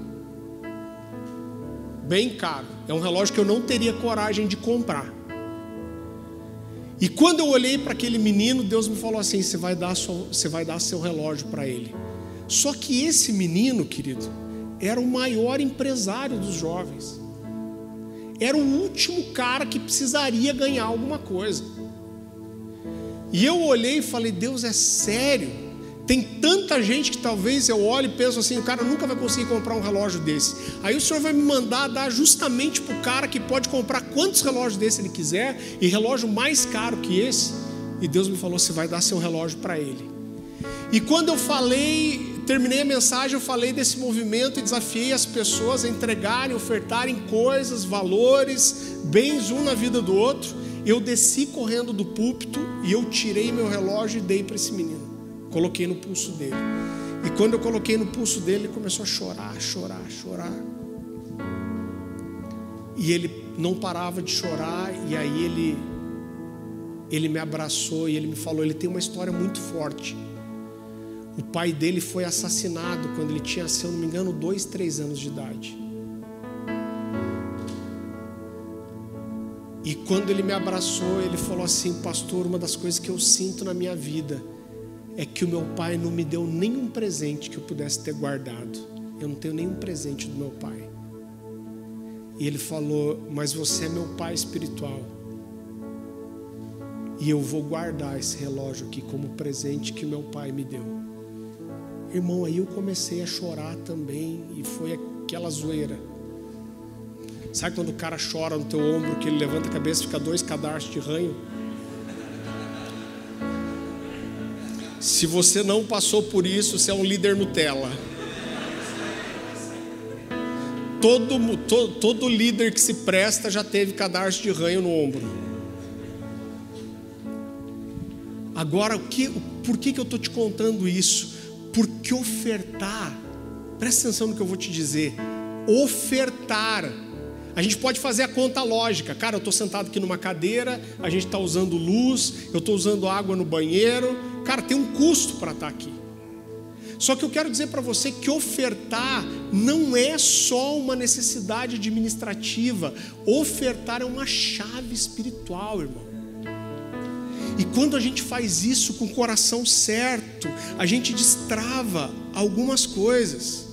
Bem caro. É um relógio que eu não teria coragem de comprar. E quando eu olhei para aquele menino, Deus me falou assim: você vai dar, sua, você vai dar seu relógio para ele. Só que esse menino, querido, era o maior empresário dos jovens. Era o último cara que precisaria ganhar alguma coisa. E eu olhei e falei: Deus, é sério? Tem tanta gente que talvez eu olhe e penso assim: o cara nunca vai conseguir comprar um relógio desse. Aí o Senhor vai me mandar dar justamente para o cara que pode comprar quantos relógios desse ele quiser, e relógio mais caro que esse. E Deus me falou: você vai dar seu relógio para ele. E quando eu falei, terminei a mensagem, eu falei desse movimento e desafiei as pessoas a entregarem, ofertarem coisas, valores, bens um na vida do outro. Eu desci correndo do púlpito e eu tirei meu relógio e dei para esse menino. Coloquei no pulso dele. E quando eu coloquei no pulso dele, ele começou a chorar, chorar, chorar. E ele não parava de chorar. E aí ele ele me abraçou e ele me falou, ele tem uma história muito forte. O pai dele foi assassinado quando ele tinha, se eu não me engano, dois, três anos de idade. E quando ele me abraçou, ele falou assim, pastor, uma das coisas que eu sinto na minha vida é que o meu pai não me deu nenhum presente que eu pudesse ter guardado. Eu não tenho nenhum presente do meu pai. E ele falou, mas você é meu pai espiritual. E eu vou guardar esse relógio aqui como presente que meu pai me deu. Irmão, aí eu comecei a chorar também. E foi aquela zoeira. Sabe quando o cara chora no teu ombro, que ele levanta a cabeça e fica dois cadarços de ranho? Se você não passou por isso, você é um líder Nutella. Todo, todo, todo líder que se presta já teve cadarço de ranho no ombro. Agora, o que, por que, que eu estou te contando isso? Porque ofertar, presta atenção no que eu vou te dizer, ofertar, a gente pode fazer a conta lógica, cara, eu estou sentado aqui numa cadeira, a gente está usando luz, eu estou usando água no banheiro, cara, tem um custo para estar aqui. Só que eu quero dizer para você que ofertar não é só uma necessidade administrativa, ofertar é uma chave espiritual, irmão. E quando a gente faz isso com o coração certo, a gente destrava algumas coisas.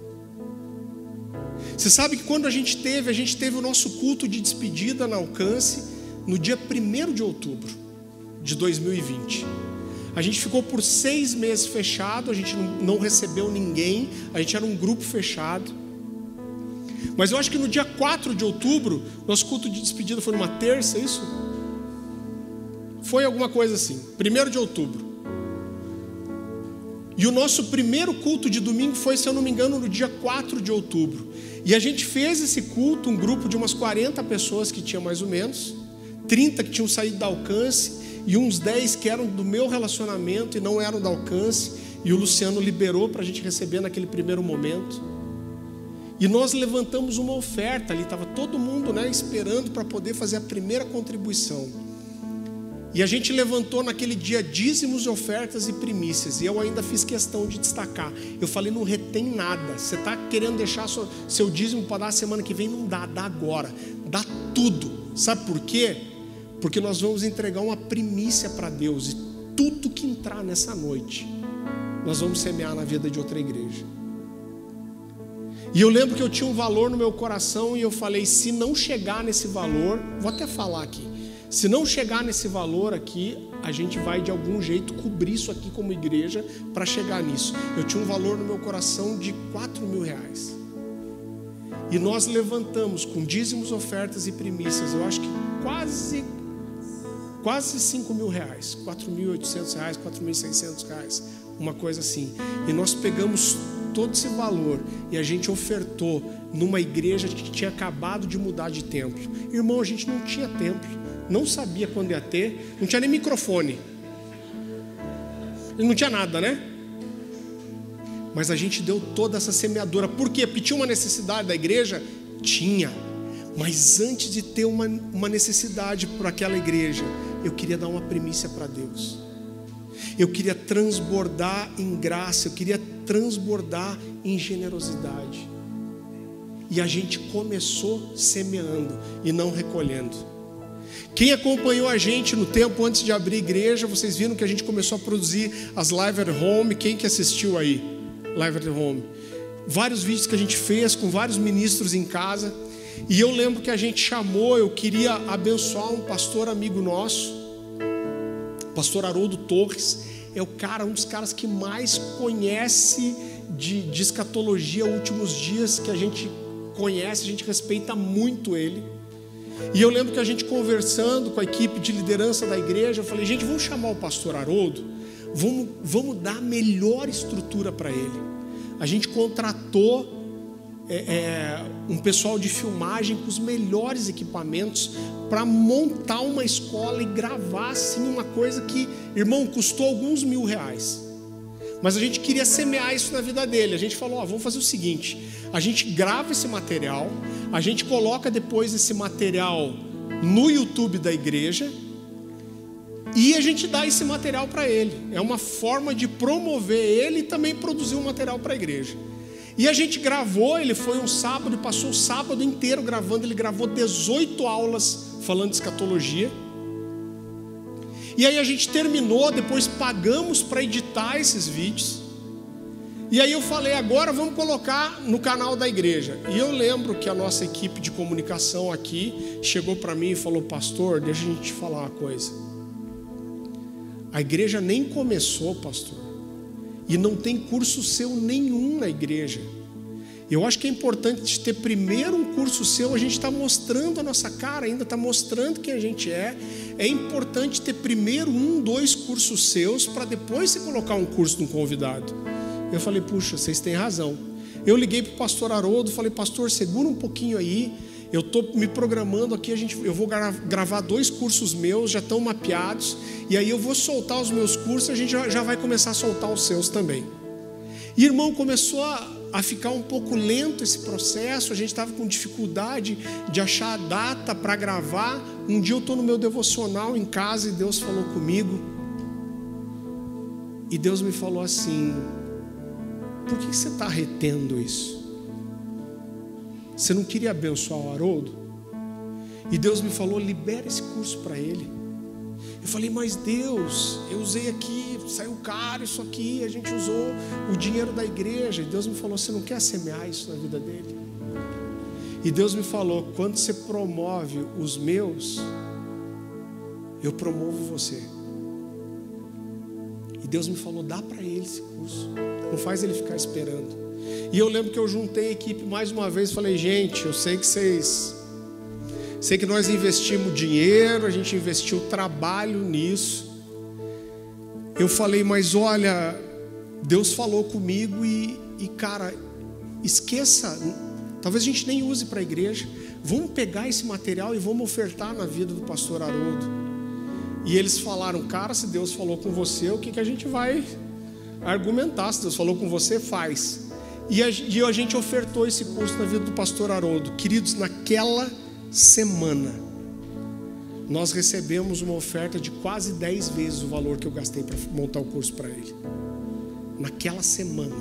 Você sabe que quando a gente teve, a gente teve o nosso culto de despedida na Alcance no dia primeiro de outubro de dois mil e vinte. A gente ficou por seis meses fechado, a gente não recebeu ninguém, a gente era um grupo fechado. Mas eu acho que no dia quatro de outubro, nosso culto de despedida foi numa terça, é isso? Foi alguma coisa assim, primeiro de outubro. E o nosso primeiro culto de domingo foi, se eu não me engano, no dia quatro de outubro. E a gente fez esse culto, um grupo de umas quarenta pessoas que tinha mais ou menos, trinta que tinham saído da Alcance, e uns dez que eram do meu relacionamento e não eram da Alcance, e o Luciano liberou para a gente receber naquele primeiro momento. E nós levantamos uma oferta ali, estava todo mundo, né, esperando para poder fazer a primeira contribuição. E a gente levantou naquele dia dízimos, ofertas e primícias. E eu ainda fiz questão de destacar. Eu falei, não retém nada. Você está querendo deixar seu, seu dízimo para dar a semana que vem? Não dá, dá agora. Dá tudo. Sabe por quê? Porque nós vamos entregar uma primícia para Deus. E tudo que entrar nessa noite, nós vamos semear na vida de outra igreja. E eu lembro que eu tinha um valor no meu coração. E eu falei, se não chegar nesse valor, vou até falar aqui. Se não chegar nesse valor aqui, a gente vai de algum jeito cobrir isso aqui como igreja para chegar nisso. Eu tinha um valor no meu coração de quatro mil reais. E nós levantamos com dízimos, ofertas e primícias, eu acho que quase, quase cinco mil reais. quatro mil e oitocentos reais, quatro mil e seiscentos reais, uma coisa assim. E nós pegamos todo esse valor e a gente ofertou numa igreja que tinha acabado de mudar de templo. Irmão, a gente não tinha templo. Não sabia quando ia ter, não tinha nem microfone, não tinha nada, né? Mas a gente deu toda essa semeadura. Por quê? Porque tinha uma necessidade da igreja? Tinha. Mas antes de ter uma, uma necessidade para aquela igreja, eu queria dar uma primícia para Deus. Eu queria transbordar em graça, eu queria transbordar em generosidade. E a gente começou semeando e não recolhendo. Quem acompanhou a gente no tempo antes de abrir a igreja, vocês viram que a gente começou a produzir as Live at Home. Quem que assistiu aí? Live at Home. Vários vídeos que a gente fez com vários ministros em casa. E eu lembro que a gente chamou, eu queria abençoar um pastor amigo nosso, pastor Haroldo Torres. É o cara, um dos caras que mais conhece de, de escatologia últimos dias que a gente conhece, a gente respeita muito ele. E eu lembro que a gente conversando com a equipe de liderança da igreja, eu falei, gente, vamos chamar o pastor Haroldo, vamos, vamos dar a melhor estrutura para ele. A gente contratou é, é, um pessoal de filmagem com os melhores equipamentos para montar uma escola e gravar assim uma coisa que, irmão, custou alguns mil reais. Mas a gente queria semear isso na vida dele. A gente falou, ó, vamos fazer o seguinte, a gente grava esse material, a gente coloca depois esse material no YouTube da igreja, E a gente dá esse material para ele. É uma forma de promover ele e também produzir um material para a igreja. E a gente gravou, ele foi um sábado, passou o sábado inteiro gravando. Ele gravou dezoito aulas falando de escatologia. E aí a gente terminou, depois pagamos para editar esses vídeos. E aí eu falei, agora vamos colocar no canal da igreja. E eu lembro que a nossa equipe de comunicação aqui chegou para mim e falou, pastor, deixa a gente te falar uma coisa. A igreja nem começou, pastor. E não tem curso seu nenhum na igreja. Eu acho que é importante ter primeiro um curso seu. A gente está mostrando a nossa cara, ainda está mostrando quem a gente é. É importante ter primeiro um, dois cursos seus, para depois você colocar um curso de um convidado. Eu falei, puxa, vocês têm razão. Eu liguei para o pastor Haroldo, falei, pastor, segura um pouquinho aí. Eu estou me programando aqui, a gente, eu vou gra- gravar dois cursos meus, já estão mapeados. E aí eu vou soltar os meus cursos, a gente já, já vai começar a soltar os seus também. E irmão, começou a, a ficar um pouco lento esse processo. A gente estava com dificuldade de achar a data para gravar. Um dia eu estou no meu devocional em casa e Deus falou comigo. E Deus me falou assim, por que você está retendo isso? Você não queria abençoar o Haroldo? E Deus me falou, libera esse curso para ele. Eu falei, mas Deus, eu usei aqui, saiu caro isso aqui, a gente usou o dinheiro da igreja. E Deus me falou, você não quer semear isso na vida dele? E Deus me falou, quando você promove os meus, eu promovo você. E Deus me falou, dá para ele esse curso, não faz ele ficar esperando. E eu lembro que eu juntei a equipe mais uma vez e falei, gente, eu sei que vocês... Sei que nós investimos dinheiro, a gente investiu trabalho nisso. Eu falei, mas olha, Deus falou comigo e, e cara, esqueça, talvez a gente nem use para a igreja. Vamos pegar esse material e vamos ofertar na vida do pastor Haroldo. E eles falaram, cara, se Deus falou com você, o que, que a gente vai argumentar? Se Deus falou com você, faz. E a, e a gente ofertou esse curso na vida do pastor Haroldo. Queridos, naquela semana nós recebemos uma oferta de quase dez vezes o valor que eu gastei para montar o curso para ele. Naquela semana.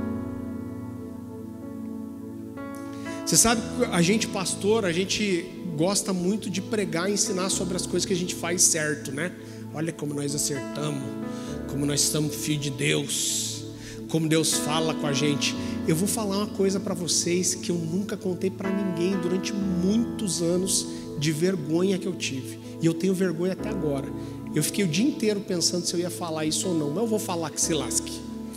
Você sabe que a gente pastor, a gente gosta muito de pregar e ensinar sobre as coisas que a gente faz certo, né? Olha como nós acertamos, como nós estamos filhos de Deus, como Deus fala com a gente. Eu vou falar uma coisa para vocês que eu nunca contei para ninguém durante muitos anos, de vergonha que eu tive. E eu tenho vergonha até agora. Eu fiquei o dia inteiro pensando se eu ia falar isso ou não, mas eu vou falar, que se lasque.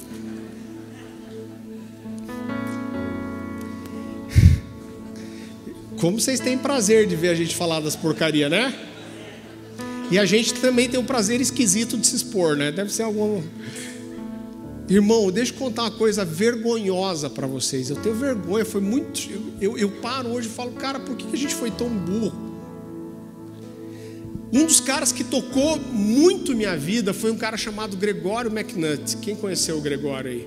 Como vocês têm prazer de ver a gente falar das porcarias, né? E a gente também tem um prazer esquisito de se expor, né? Deve ser algum... Irmão, deixa eu contar uma coisa vergonhosa para vocês. Eu tenho vergonha, foi muito... Eu, eu, eu paro hoje e falo, cara, por que a gente foi tão burro? Um dos caras que tocou muito minha vida foi um cara chamado Gregório McNutt. Quem conheceu o Gregório aí?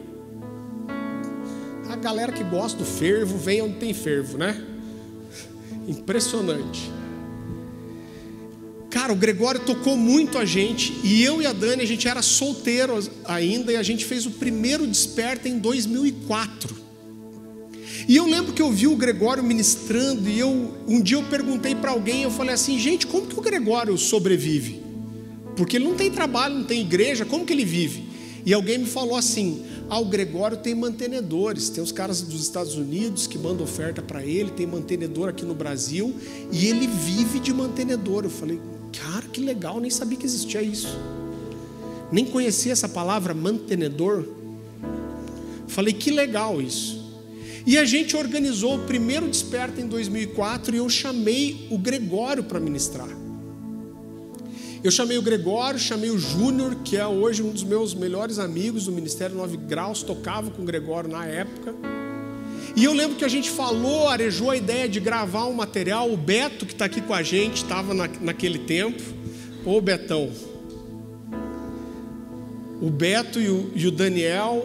A galera que gosta do fervo, vem onde tem fervo, né? Impressionante. Cara, o Gregório tocou muito a gente. E eu e a Dani, a gente era solteiro ainda. E a gente fez o primeiro Desperta em dois mil e quatro. E eu lembro que eu vi o Gregório ministrando. E eu, um dia eu perguntei para alguém. Eu falei assim, gente, como que o Gregório sobrevive? Porque ele não tem trabalho, não tem igreja. Como que ele vive? E alguém me falou assim, ah, o Gregório tem mantenedores. Tem os caras dos Estados Unidos que mandam oferta para ele. Tem mantenedor aqui no Brasil. E ele vive de mantenedor. Eu falei, cara, que legal, nem sabia que existia isso. Nem conhecia essa palavra, mantenedor. Falei, que legal isso. E a gente organizou o primeiro Desperta em dois mil e quatro e eu chamei o Gregório para ministrar. Eu chamei o Gregório, chamei o Júnior, que é hoje um dos meus melhores amigos do Ministério nove Graus, tocava com o Gregório na época. E eu lembro que a gente falou, arejou a ideia de gravar um material. O Beto, que está aqui com a gente, estava na, naquele tempo. Ô Betão. O Beto e o, e o Daniel,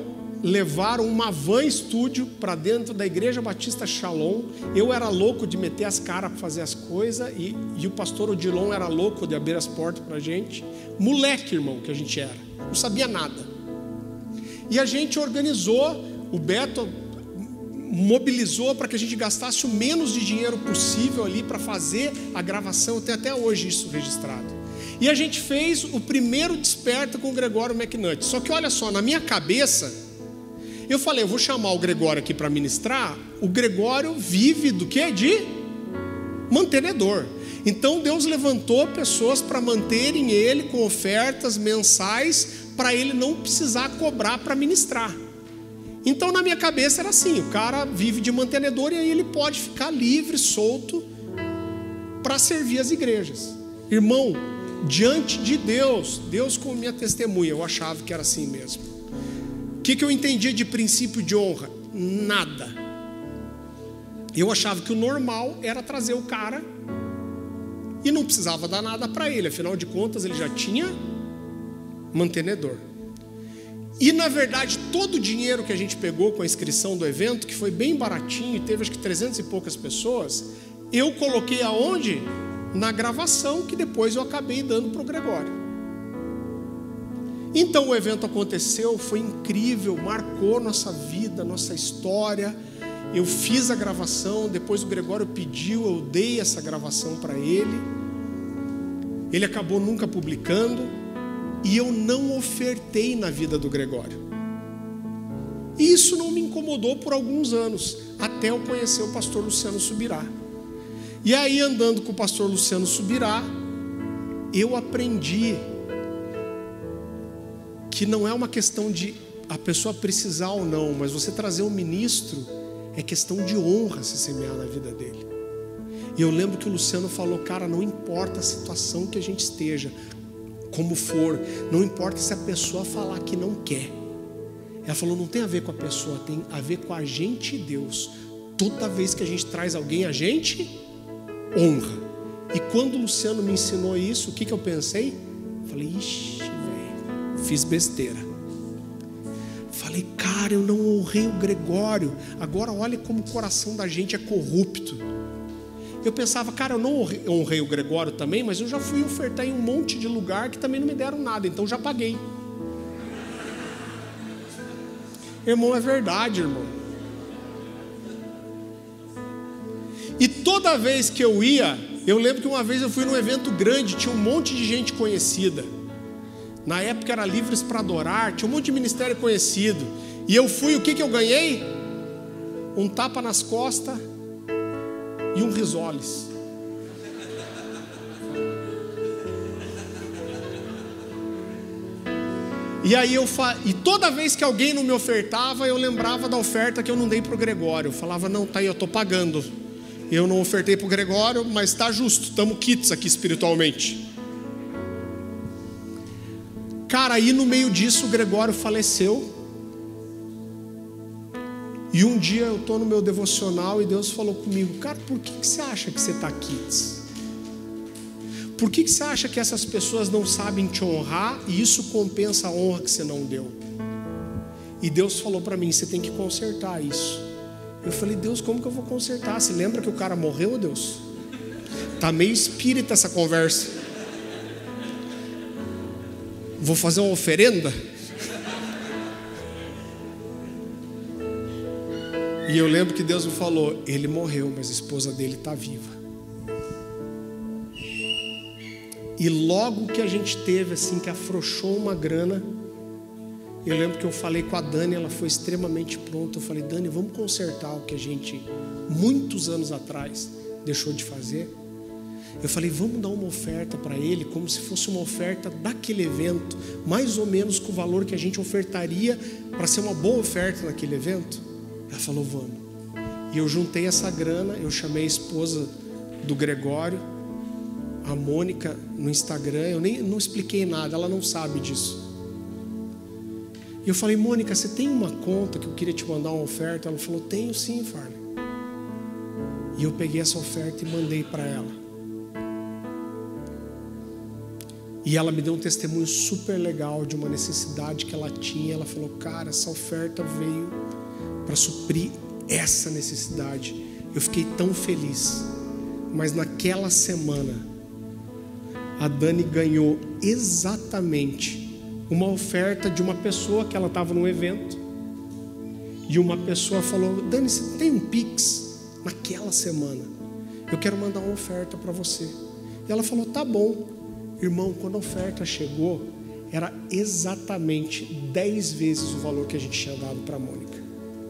levaram uma van estúdio para dentro da Igreja Batista Shalom. Eu era louco de meter as caras para fazer as coisas, e, e o pastor Odilon era louco de abrir as portas para a gente. Moleque, irmão, que a gente era, não sabia nada. E a gente organizou, o Beto mobilizou para que a gente gastasse o menos de dinheiro possível ali para fazer a gravação. Eu tenho até hoje isso registrado. E a gente fez o primeiro Desperta com o Gregório McNutt. Só que olha só, na minha cabeça, eu falei, eu vou chamar o Gregório aqui para ministrar. O Gregório vive do quê? De mantenedor. Então Deus levantou pessoas para manterem ele com ofertas mensais, para ele não precisar cobrar para ministrar. Então na minha cabeça era assim, o cara vive de mantenedor e aí ele pode ficar livre, solto, para servir as igrejas. Irmão, diante de Deus, Deus como minha testemunha, eu achava que era assim mesmo. O que, que eu entendia de princípio de honra? Nada. Eu achava que o normal era trazer o cara e não precisava dar nada para ele, afinal de contas ele já tinha mantenedor. E na verdade todo o dinheiro que a gente pegou com a inscrição do evento, que foi bem baratinho e teve acho que trezentas e poucas pessoas, eu coloquei aonde? Na gravação, que depois eu acabei dando para o Gregório. Então o evento aconteceu, foi incrível, marcou nossa vida, nossa história. Eu fiz a gravação, depois o Gregório pediu, eu dei essa gravação para ele. Ele acabou nunca publicando. E eu não ofertei na vida do Gregório. E isso não me incomodou por alguns anos, até eu conhecer o pastor Luciano Subirá. E aí, andando com o pastor Luciano Subirá, eu aprendi que não é uma questão de a pessoa precisar ou não, mas você trazer um ministro é questão de honra se semear na vida dele. E eu lembro que o Luciano falou, cara, não importa a situação que a gente esteja, como for, não importa se a pessoa falar que não quer. Ela falou, não tem a ver com a pessoa, tem a ver com a gente e Deus. Toda vez que a gente traz alguém, a gente honra. E quando o Luciano me ensinou isso, o que, que eu pensei? Falei, ixi, velho, fiz besteira. Falei, cara, eu não honrei o Gregório. Agora olha como o coração da gente é corrupto. Eu pensava, cara, eu não honrei o Gregório também, mas eu já fui ofertar em um monte de lugar que também não me deram nada, então já paguei. Irmão, é verdade, irmão. E toda vez que eu ia, eu lembro que uma vez eu fui num evento grande, tinha um monte de gente conhecida. Na época era Livres para Adorar, tinha um monte de ministério conhecido. E eu fui, o que que eu ganhei? Um tapa nas costas e um risoles. E aí eu fa... e toda vez que alguém não me ofertava, eu lembrava da oferta que eu não dei para o Gregório. Eu falava, não, tá aí, eu estou pagando. Eu não ofertei para o Gregório, mas está justo, estamos quites aqui espiritualmente. Cara, aí no meio disso o Gregório faleceu. E um dia eu estou no meu devocional e Deus falou comigo, cara, por que, que você acha que você está aqui? Por que, que você acha que essas pessoas não sabem te honrar e isso compensa a honra que você não deu? E Deus falou para mim, você tem que consertar isso. Eu falei, Deus, como que eu vou consertar? Você lembra que o cara morreu, Deus? Tá meio espírita essa conversa. Vou fazer uma oferenda? E eu lembro que Deus me falou, ele morreu, mas a esposa dele está viva. E logo que a gente teve assim, que afrouxou uma grana, eu lembro que eu falei com a Dani, ela foi extremamente pronta. Eu falei, Dani, vamos consertar o que a gente, muitos anos atrás, deixou de fazer. Eu falei, vamos dar uma oferta para ele, como se fosse uma oferta daquele evento, mais ou menos com o valor que a gente ofertaria para ser uma boa oferta naquele evento. Ela falou, vamos. E eu juntei essa grana, eu chamei a esposa do Gregório, a Mônica, no Instagram. Eu nem não expliquei nada, ela não sabe disso. E eu falei, Mônica, você tem uma conta que eu queria te mandar uma oferta? Ela falou, tenho sim, Farley. E eu peguei essa oferta e mandei para ela. E ela me deu um testemunho super legal de uma necessidade que ela tinha. Ela falou: cara, essa oferta veio para suprir essa necessidade. Eu fiquei tão feliz. Mas naquela semana, a Dani ganhou exatamente uma oferta de uma pessoa que ela estava num evento. E uma pessoa falou: Dani, você tem um Pix? Naquela semana, eu quero mandar uma oferta para você. E ela falou: tá bom. Irmão, quando a oferta chegou, era exatamente dez vezes o valor que a gente tinha dado para a Mônica.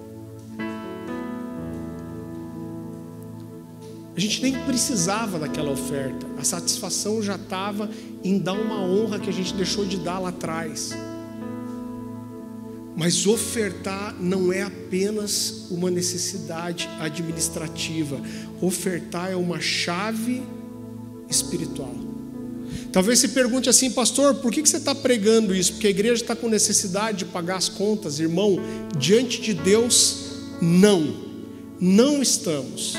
A gente nem precisava daquela oferta. A satisfação já estava em dar uma honra que a gente deixou de dar lá atrás. Mas ofertar não é apenas uma necessidade administrativa. Ofertar é uma chave espiritual. Talvez se pergunte assim: pastor, por que você está pregando isso? Porque a igreja está com necessidade de pagar as contas. Irmão, diante de Deus, não. Não estamos.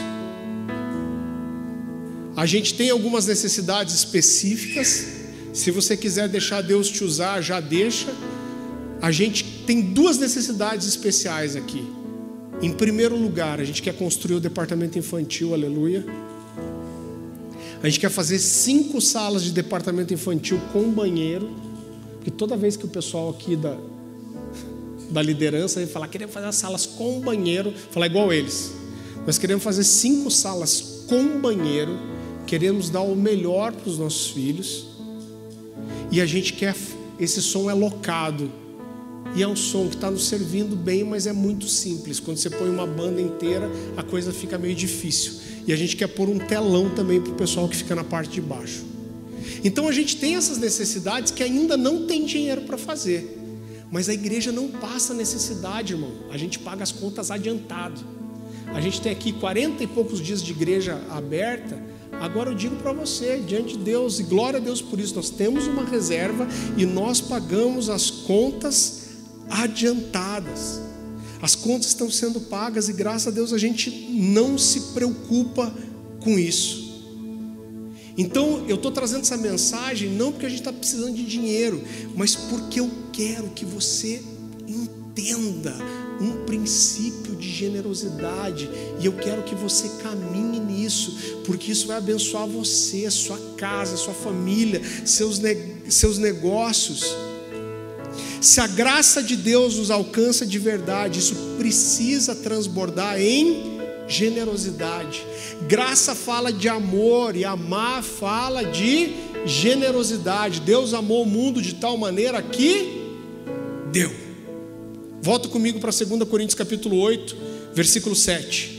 A gente tem algumas necessidades específicas. Se você quiser deixar Deus te usar, já deixa. A gente tem duas necessidades especiais aqui. Em primeiro lugar, a gente quer construir o departamento infantil, aleluia. A gente quer fazer cinco salas de departamento infantil com banheiro. Porque toda vez que o pessoal aqui da, da liderança vai falar: queremos fazer as salas com banheiro, falar igual eles. Nós queremos fazer cinco salas com banheiro. Queremos dar o melhor para os nossos filhos. E a gente quer, esse som é locado. E é um som que está nos servindo bem, mas é muito simples. Quando você põe uma banda inteira, a coisa fica meio difícil. E a gente quer pôr um telão também para o pessoal que fica na parte de baixo. Então a gente tem essas necessidades que ainda não tem dinheiro para fazer. Mas a igreja não passa necessidade, irmão. A gente paga as contas adiantado. A gente tem aqui quarenta e poucos dias de igreja aberta. Agora eu digo para você, diante de Deus, e glória a Deus por isso, nós temos uma reserva e nós pagamos as contas adiantadas. As contas estão sendo pagas e graças a Deus a gente não se preocupa com isso. Então eu estou trazendo essa mensagem não porque a gente está precisando de dinheiro, mas porque eu quero que você entenda um princípio de generosidade, e eu quero que você caminhe nisso, porque isso vai abençoar você, sua casa, sua família, seus, ne- seus negócios. Se a graça de Deus nos alcança de verdade, isso precisa transbordar em generosidade. Graça fala de amor e amar fala de generosidade. Deus amou o mundo de tal maneira que deu. Volta comigo para dois Coríntios capítulo oito, versículo sete.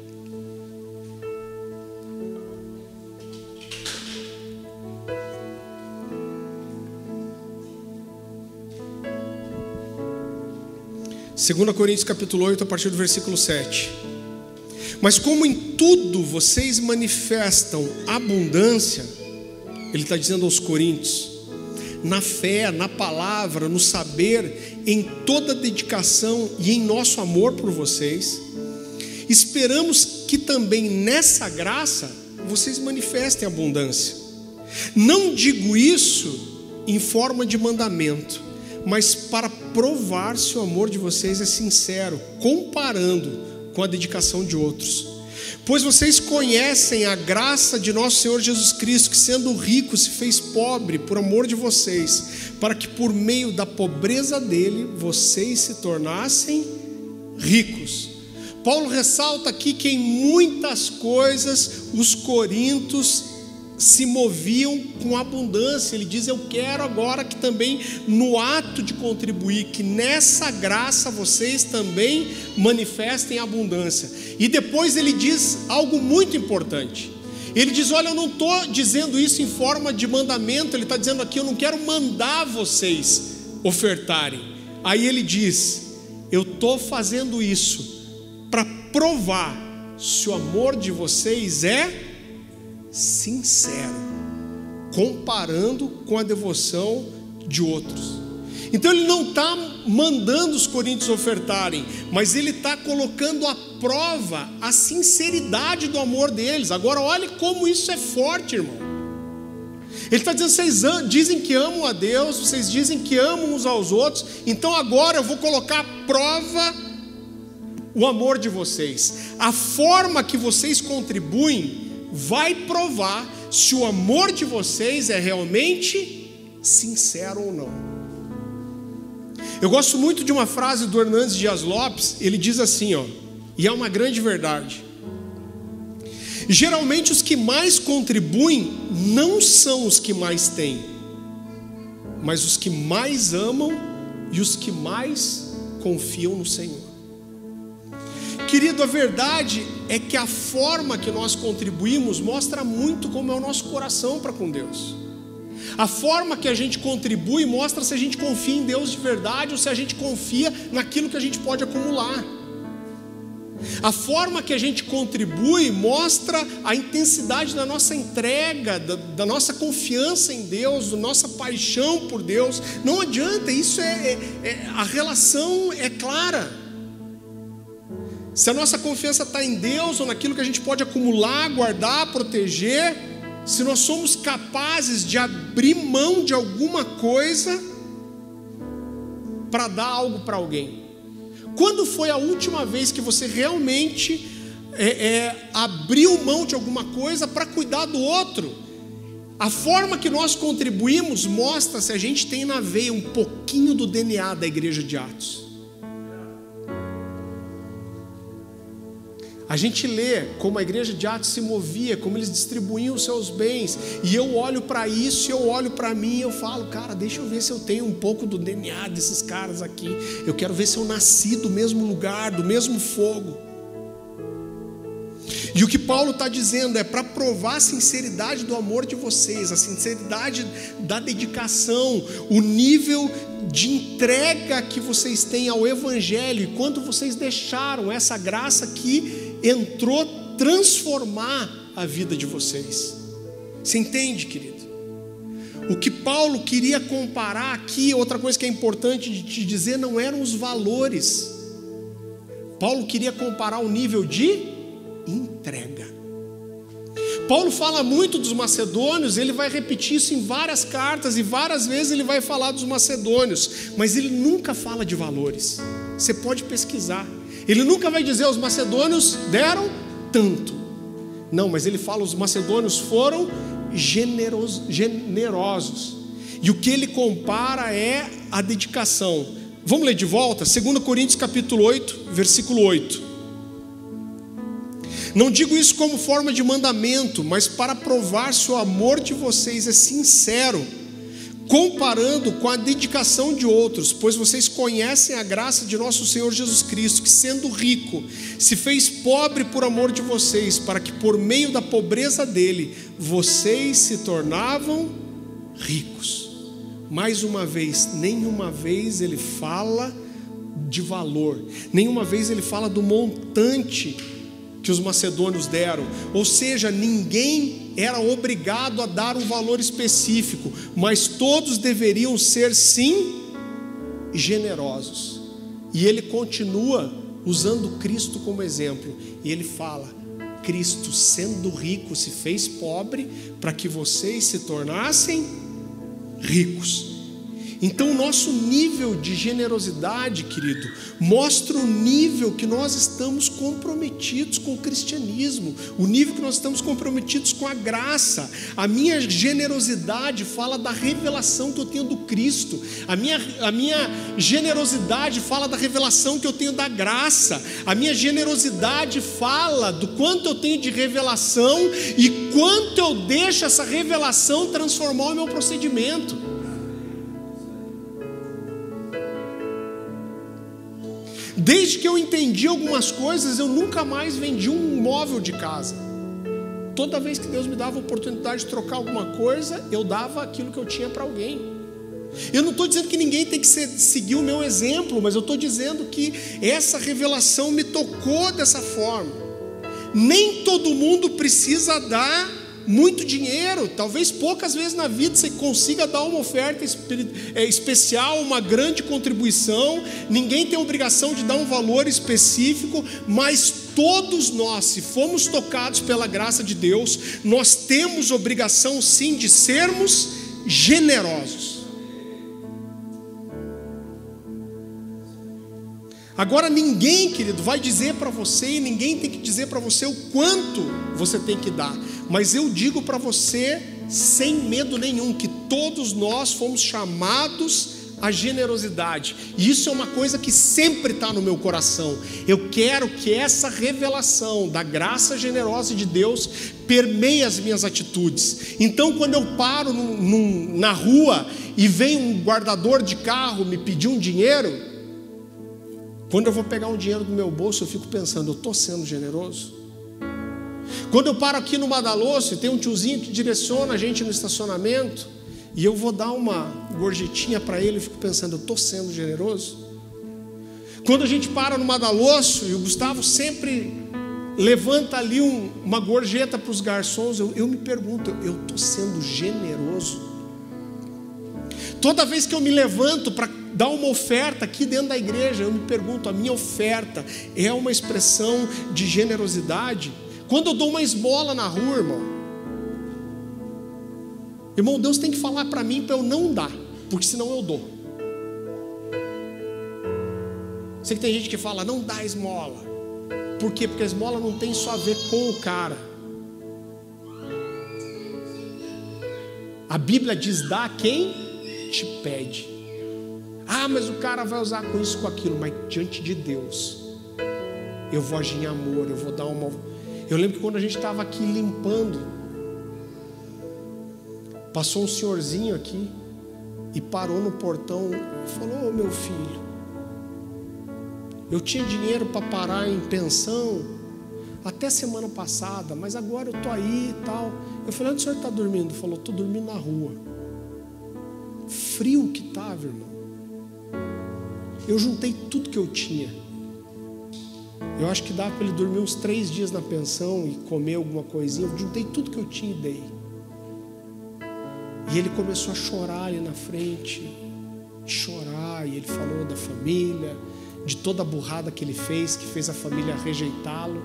dois Coríntios capítulo oito, a partir do versículo sete. Mas como em tudo vocês manifestam abundância, ele está dizendo aos coríntios, na fé, na palavra, no saber, em toda dedicação e em nosso amor por vocês, esperamos que também nessa graça vocês manifestem abundância. Não digo isso em forma de mandamento, mas para provar se o amor de vocês é sincero, comparando com a dedicação de outros. Pois vocês conhecem a graça de nosso Senhor Jesus Cristo, que sendo rico se fez pobre por amor de vocês, para que por meio da pobreza dele vocês se tornassem ricos. Paulo ressalta aqui que em muitas coisas os coríntios se moviam com abundância. Ele diz: eu quero agora que também no ato de contribuir, que nessa graça vocês também manifestem abundância. E depois ele diz algo muito importante. Ele diz: olha, eu não estou dizendo isso em forma de mandamento. Ele está dizendo aqui: eu não quero mandar vocês ofertarem. Aí ele diz: eu estou fazendo isso para provar se o amor de vocês é sincero, comparando com a devoção de outros. Então ele não está mandando os coríntios ofertarem, mas ele está colocando à prova a sinceridade do amor deles. Agora olhe como isso é forte, irmão. Ele está dizendo: vocês dizem que amam a Deus, vocês dizem que amam uns aos outros, então agora eu vou colocar à prova o amor de vocês. A forma que vocês contribuem vai provar se o amor de vocês é realmente sincero ou não. Eu gosto muito de uma frase do Hernandes Dias Lopes. Ele diz assim, ó, e é uma grande verdade: geralmente os que mais contribuem não são os que mais têm, mas os que mais amam e os que mais confiam no Senhor. Querido, a verdade é que a forma que nós contribuímos mostra muito como é o nosso coração para com Deus. A forma que a gente contribui mostra se a gente confia em Deus de verdade ou se a gente confia naquilo que a gente pode acumular. A forma que a gente contribui mostra a intensidade da nossa entrega, da, da nossa confiança em Deus, da nossa paixão por Deus. Não adianta, isso é, é, é a relação é clara. Se a nossa confiança está em Deus ou naquilo que a gente pode acumular, guardar, proteger, se nós somos capazes de abrir mão de alguma coisa para dar algo para alguém. Quando foi a última vez que você realmente é, é, abriu mão de alguma coisa para cuidar do outro? A forma que nós contribuímos mostra se a gente tem na veia um pouquinho do D N A da igreja de Atos. A gente lê como a igreja de Atos se movia, como eles distribuíam os seus bens, e eu olho para isso, eu olho para mim e eu falo: cara, deixa eu ver se eu tenho um pouco do D N A desses caras aqui. Eu quero ver se eu nasci do mesmo lugar, do mesmo fogo. E o que Paulo está dizendo é para provar a sinceridade do amor de vocês, a sinceridade da dedicação, o nível de entrega que vocês têm ao Evangelho, e quanto vocês deixaram essa graça que entrou transformar a vida de vocês. Você entende, querido? O que Paulo queria comparar aqui, outra coisa que é importante de te dizer, não eram os valores. Paulo queria comparar o nível de entrega. Paulo fala muito dos macedônios, ele vai repetir isso em várias cartas, e várias vezes ele vai falar dos macedônios, mas ele nunca fala de valores. Você pode pesquisar. Ele nunca vai dizer: os macedônios deram tanto. Não, mas ele fala: os macedônios foram generos, generosos. E o que ele compara é a dedicação. Vamos ler de volta? dois Coríntios capítulo oito, versículo oito. Não digo isso como forma de mandamento, mas para provar se o amor de vocês é sincero, comparando com a dedicação de outros, pois vocês conhecem a graça de nosso Senhor Jesus Cristo, que sendo rico, se fez pobre por amor de vocês, para que por meio da pobreza dele, vocês se tornavam ricos. Mais uma vez, nenhuma vez ele fala de valor, nenhuma vez ele fala do montante que os macedônios deram, ou seja, ninguém era obrigado a dar um valor específico, mas todos deveriam ser sim generosos. E ele continua usando Cristo como exemplo, e ele fala: Cristo, sendo rico, se fez pobre para que vocês se tornassem ricos. Então o nosso nível de generosidade, querido, mostra o nível que nós estamos comprometidos com o cristianismo, o nível que nós estamos comprometidos com a graça. A minha generosidade fala da revelação que eu tenho do Cristo, a minha, a minha generosidade fala da revelação que eu tenho da graça, a minha generosidade fala do quanto eu tenho de revelação e quanto eu deixo essa revelação transformar o meu procedimento. Desde que eu entendi algumas coisas, eu nunca mais vendi um móvel de casa. Toda vez que Deus me dava a oportunidade de trocar alguma coisa, eu dava aquilo que eu tinha para alguém. Eu não estou dizendo que ninguém tem que ser, seguir o meu exemplo, mas eu estou dizendo que essa revelação me tocou dessa forma. Nem todo mundo precisa dar muito dinheiro, talvez poucas vezes na vida você consiga dar uma oferta especial, uma grande contribuição. Ninguém tem obrigação de dar um valor específico, mas todos nós, se fomos tocados pela graça de Deus, nós temos obrigação sim de sermos generosos. Agora ninguém, querido, vai dizer para você, e ninguém tem que dizer para você o quanto você tem que dar, mas eu digo para você, sem medo nenhum, que todos nós fomos chamados à generosidade, e isso é uma coisa que sempre está no meu coração. Eu quero que essa revelação da graça generosa de Deus permeie as minhas atitudes. Então, quando eu paro num, num, na rua e vem um guardador de carro me pedir um dinheiro, quando eu vou pegar um dinheiro do meu bolso, eu fico pensando, eu estou sendo generoso? Quando eu paro aqui no Madaloso e tem um tiozinho que direciona a gente no estacionamento, e eu vou dar uma gorjetinha para ele, eu fico pensando, eu estou sendo generoso? Quando a gente para no Madaloso e o Gustavo sempre levanta ali um, uma gorjeta para os garçons, eu, eu me pergunto, eu estou sendo generoso? Toda vez que eu me levanto para dar uma oferta aqui dentro da igreja, eu me pergunto, a minha oferta é uma expressão de generosidade? Quando eu dou uma esmola na rua, irmão, irmão, Deus tem que falar para mim para eu não dar, porque senão eu dou. Sei que tem gente que fala, não dá esmola. Por quê? Porque a esmola não tem só a ver com o cara. A Bíblia diz, dá a quem te pede. Ah, mas o cara vai usar com isso, com aquilo. Mas diante de Deus, eu vou agir em amor, eu vou dar uma... Eu lembro que quando a gente estava aqui limpando, passou um senhorzinho aqui e parou no portão e falou, ô meu filho, eu tinha dinheiro para parar em pensão até semana passada, mas agora eu estou aí e tal. Eu falei, onde o senhor está dormindo? Ele falou, estou dormindo na rua. Frio que estava, irmão. Eu juntei tudo que eu tinha. Eu acho que dá para ele dormir uns três dias na pensão e comer alguma coisinha. Eu juntei tudo que eu tinha e dei. E ele começou a chorar ali na frente, chorar, e ele falou da família, de toda a burrada que ele fez, que fez a família rejeitá-lo.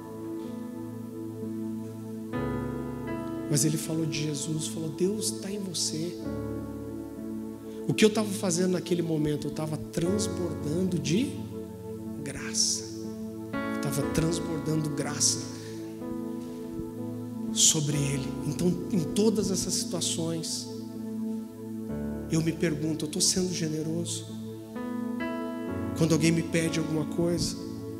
Mas ele falou de Jesus, falou, Deus está em você. O que eu estava fazendo naquele momento? Eu estava transbordando de graça. Eu estava transbordando graça sobre ele. Então, em todas essas situações, eu me pergunto, eu estou sendo generoso? Quando alguém me pede alguma coisa,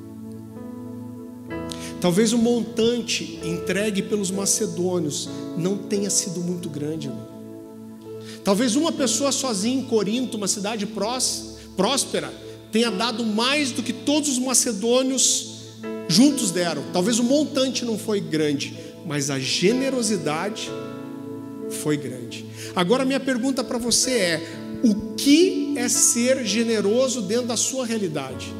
talvez o montante entregue pelos macedônios não tenha sido muito grande, irmão. Talvez uma pessoa sozinha em Corinto, uma cidade próspera, tenha dado mais do que todos os macedônios juntos deram. Talvez o montante não foi grande, mas a generosidade foi grande. Agora minha pergunta para você é, o que é ser generoso dentro da sua realidade?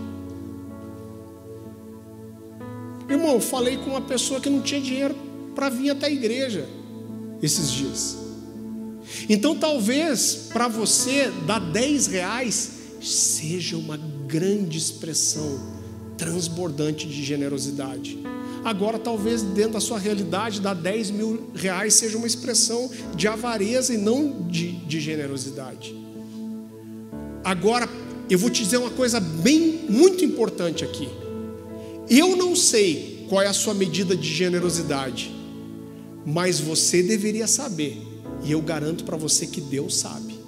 Irmão, eu falei com uma pessoa que não tinha dinheiro para vir até a igreja esses dias. Então talvez para você dar dez reais seja uma grande expressão transbordante de generosidade. Agora talvez dentro da sua realidade dar dez mil reais seja uma expressão de avareza e não de, de generosidade. Agora eu vou te dizer uma coisa bem, muito importante aqui. Eu não sei qual é a sua medida de generosidade, mas você deveria saber. E eu garanto para você que Deus sabe.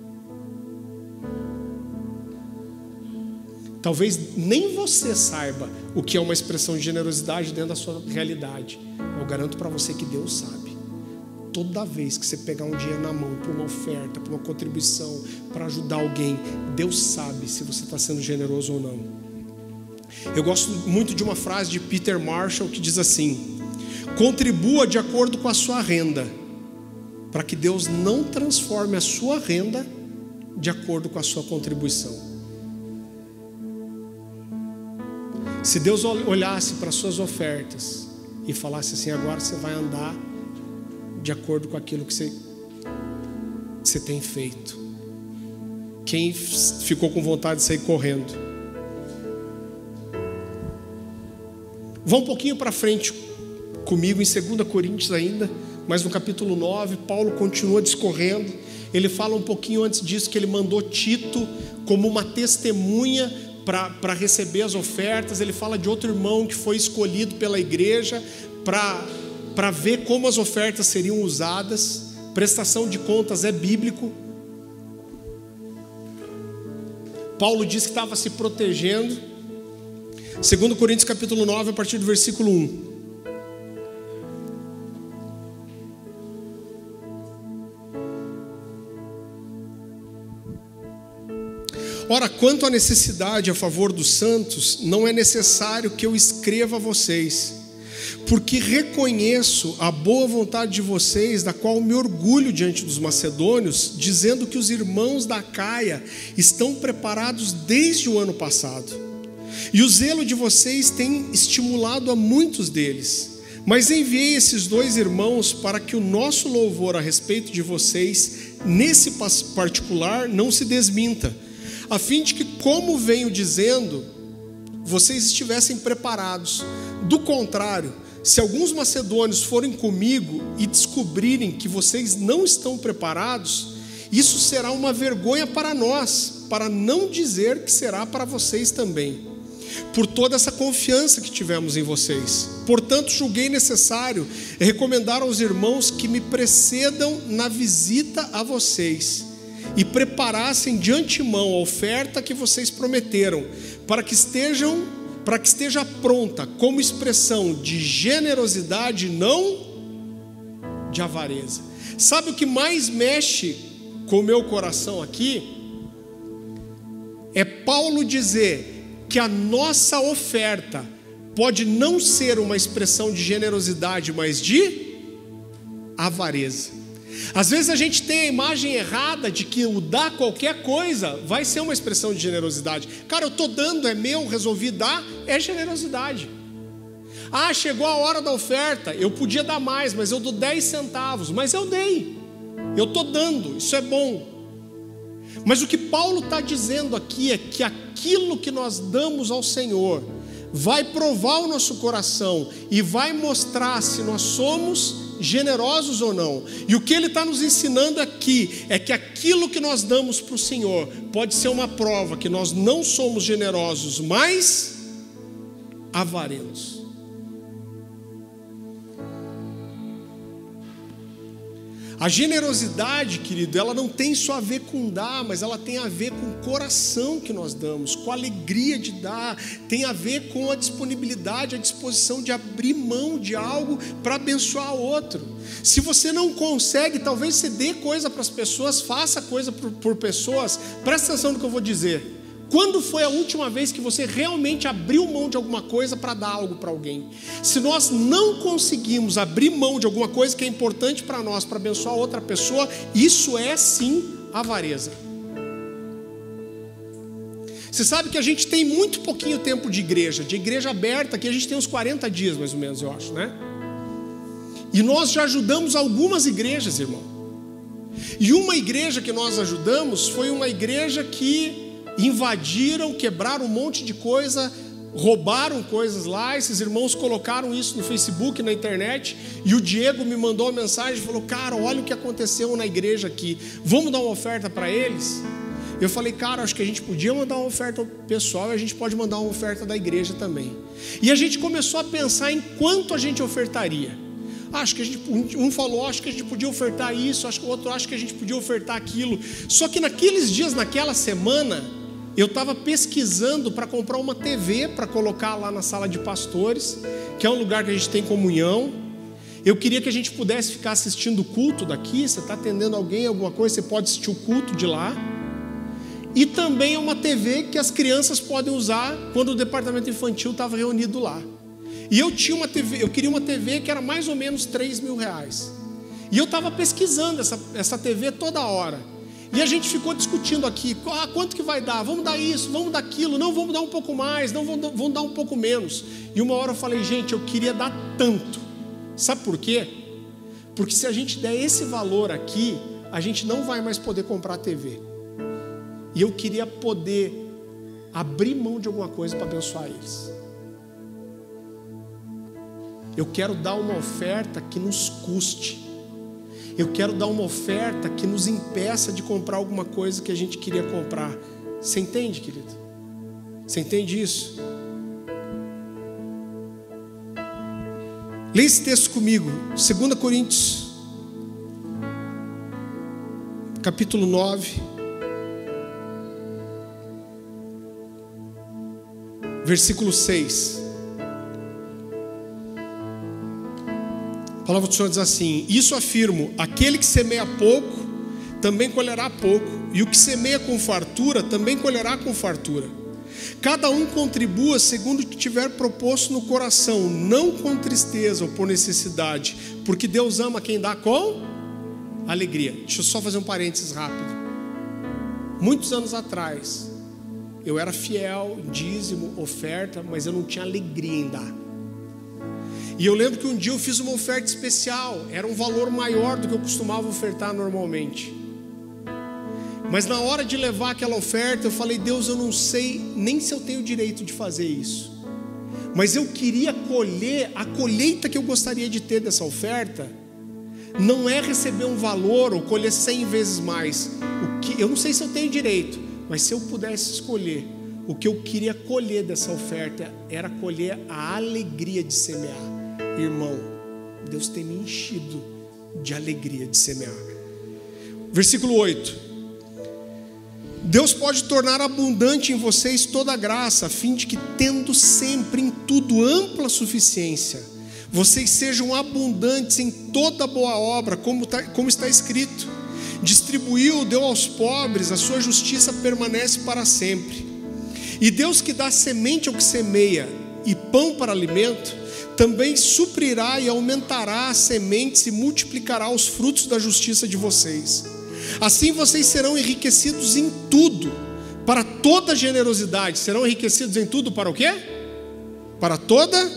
Talvez nem você saiba o que é uma expressão de generosidade dentro da sua realidade. Eu garanto para você que Deus sabe. Toda vez que você pegar um dinheiro na mão para uma oferta, para uma contribuição, para ajudar alguém, Deus sabe se você está sendo generoso ou não. Eu gosto muito de uma frase de Peter Marshall que diz assim: contribua de acordo com a sua renda, para que Deus não transforme a sua renda de acordo com a sua contribuição. Se Deus olhasse para as suas ofertas e falasse assim, agora você vai andar de acordo com aquilo que você, você tem feito. Quem ficou com vontade de sair correndo? Vá um pouquinho para frente comigo em segunda Coríntios ainda, mas no capítulo nove, Paulo continua discorrendo. Ele fala um pouquinho antes disso que ele mandou Tito como uma testemunha para receber as ofertas. Ele fala de outro irmão que foi escolhido pela igreja para ver como as ofertas seriam usadas. Prestação de contas é bíblico. Paulo disse que estava se protegendo. segunda Coríntios capítulo nove, a partir do versículo um. Ora, quanto à necessidade a favor dos santos, não é necessário que eu escreva a vocês, porque reconheço a boa vontade de vocês, da qual me orgulho diante dos macedônios, dizendo que os irmãos da Acaia estão preparados desde o ano passado, e o zelo de vocês tem estimulado a muitos deles. Mas enviei esses dois irmãos para que o nosso louvor a respeito de vocês, nesse particular, não se desminta, a fim de que, como venho dizendo, vocês estivessem preparados. Do contrário, se alguns macedônios forem comigo e descobrirem que vocês não estão preparados, isso será uma vergonha para nós, para não dizer que será para vocês também, por toda essa confiança que tivemos em vocês. Portanto, julguei necessário recomendar aos irmãos que me precedam na visita a vocês e preparassem de antemão a oferta que vocês prometeram, para que estejam, para que esteja pronta como expressão de generosidade, não de avareza. Sabe o que mais mexe com o meu coração aqui? É Paulo dizer que a nossa oferta pode não ser uma expressão de generosidade, mas de avareza. Às vezes a gente tem a imagem errada de que o dar qualquer coisa vai ser uma expressão de generosidade. Cara, eu estou dando, é meu, resolvi dar, é generosidade. Ah, chegou a hora da oferta, eu podia dar mais, mas eu dou dez centavos, mas eu dei, eu estou dando, isso é bom. Mas o que Paulo está dizendo aqui é que aquilo que nós damos ao Senhor vai provar o nosso coração e vai mostrar se nós somos generosos ou não. E o que ele está nos ensinando aqui é que aquilo que nós damos para o Senhor pode ser uma prova que nós não somos generosos, mas avarentos. A generosidade, querido, ela não tem só a ver com dar, mas ela tem a ver com o coração que nós damos, com a alegria de dar, tem a ver com a disponibilidade, a disposição de abrir mão de algo para abençoar o outro. Se você não consegue, talvez você dê coisa para as pessoas, faça coisa por, por pessoas. Presta atenção no que eu vou dizer. Quando foi a última vez que você realmente abriu mão de alguma coisa para dar algo para alguém? Se nós não conseguimos abrir mão de alguma coisa que é importante para nós, para abençoar outra pessoa, isso é sim avareza. Você sabe que a gente tem muito pouquinho tempo de igreja, de igreja aberta, aqui a gente tem uns quarenta dias mais ou menos, eu acho, né? E nós já ajudamos algumas igrejas, irmão. E uma igreja que nós ajudamos foi uma igreja que invadiram, quebraram um monte de coisa, roubaram coisas lá. Esses irmãos colocaram isso no Facebook, na internet, e o Diego me mandou uma mensagem e falou: cara, olha o que aconteceu na igreja aqui, vamos dar uma oferta para eles? Eu falei: cara, acho que a gente podia mandar uma oferta pessoal e a gente pode mandar uma oferta da igreja também. E a gente começou a pensar em quanto a gente ofertaria. Acho que a gente, um falou, acho que a gente podia ofertar isso, acho que o outro acho que a gente podia ofertar aquilo. Só que naqueles dias, naquela semana, eu estava pesquisando para comprar uma T V para colocar lá na sala de pastores, que é um lugar que a gente tem comunhão. Eu queria que a gente pudesse ficar assistindo o culto daqui. Você está atendendo alguém, alguma coisa, você pode assistir o culto de lá. E também é uma T V que as crianças podem usar quando o departamento infantil estava reunido lá. E eu tinha uma T V, eu queria uma T V que era mais ou menos três mil reais. E eu estava pesquisando essa, essa T V toda hora. E a gente ficou discutindo aqui: ah, quanto que vai dar? Vamos dar isso, vamos dar aquilo, não, vamos dar um pouco mais, não, vamos, vamos dar um pouco menos. E uma hora eu falei: gente, eu queria dar tanto. Sabe por quê? Porque se a gente der esse valor aqui, a gente não vai mais poder comprar T V. E eu queria poder abrir mão de alguma coisa para abençoar eles. Eu quero dar uma oferta que nos custe. Eu quero dar uma oferta que nos impeça de comprar alguma coisa que a gente queria comprar. Você entende, querido? Você entende isso? Leia esse texto comigo, dois Coríntios, capítulo nove, versículo seis. A palavra do Senhor diz assim: isso afirmo, aquele que semeia pouco, também colherá pouco, e o que semeia com fartura, também colherá com fartura. Cada um contribua segundo o que tiver proposto no coração, não com tristeza ou por necessidade, porque Deus ama quem dá com alegria. Deixa eu só fazer um parênteses rápido. Muitos anos atrás, eu era fiel, dízimo, oferta, mas eu não tinha alegria em dar. E eu lembro que um dia eu fiz uma oferta especial, era um valor maior do que eu costumava ofertar normalmente. Mas na hora de levar aquela oferta, eu falei: Deus, eu não sei nem se eu tenho o direito de fazer isso, mas eu queria colher a colheita que eu gostaria de ter dessa oferta. Não é receber um valor ou colher cem vezes mais. O que, eu não sei se eu tenho direito, mas se eu pudesse escolher, o que eu queria colher dessa oferta era colher a alegria de semear. Irmão, Deus tem me enchido de alegria de semear. Versículo oito. Deus pode tornar abundante em vocês toda a graça, a fim de que, tendo sempre em tudo ampla suficiência, vocês sejam abundantes em toda boa obra, como, tá, como está escrito: distribuiu, deu aos pobres, a sua justiça permanece para sempre. E Deus, que dá semente ao que semeia e pão para alimento, também suprirá e aumentará as sementes e multiplicará os frutos da justiça de vocês. Assim vocês serão enriquecidos em tudo, para toda generosidade. Serão enriquecidos em tudo para o quê? Para toda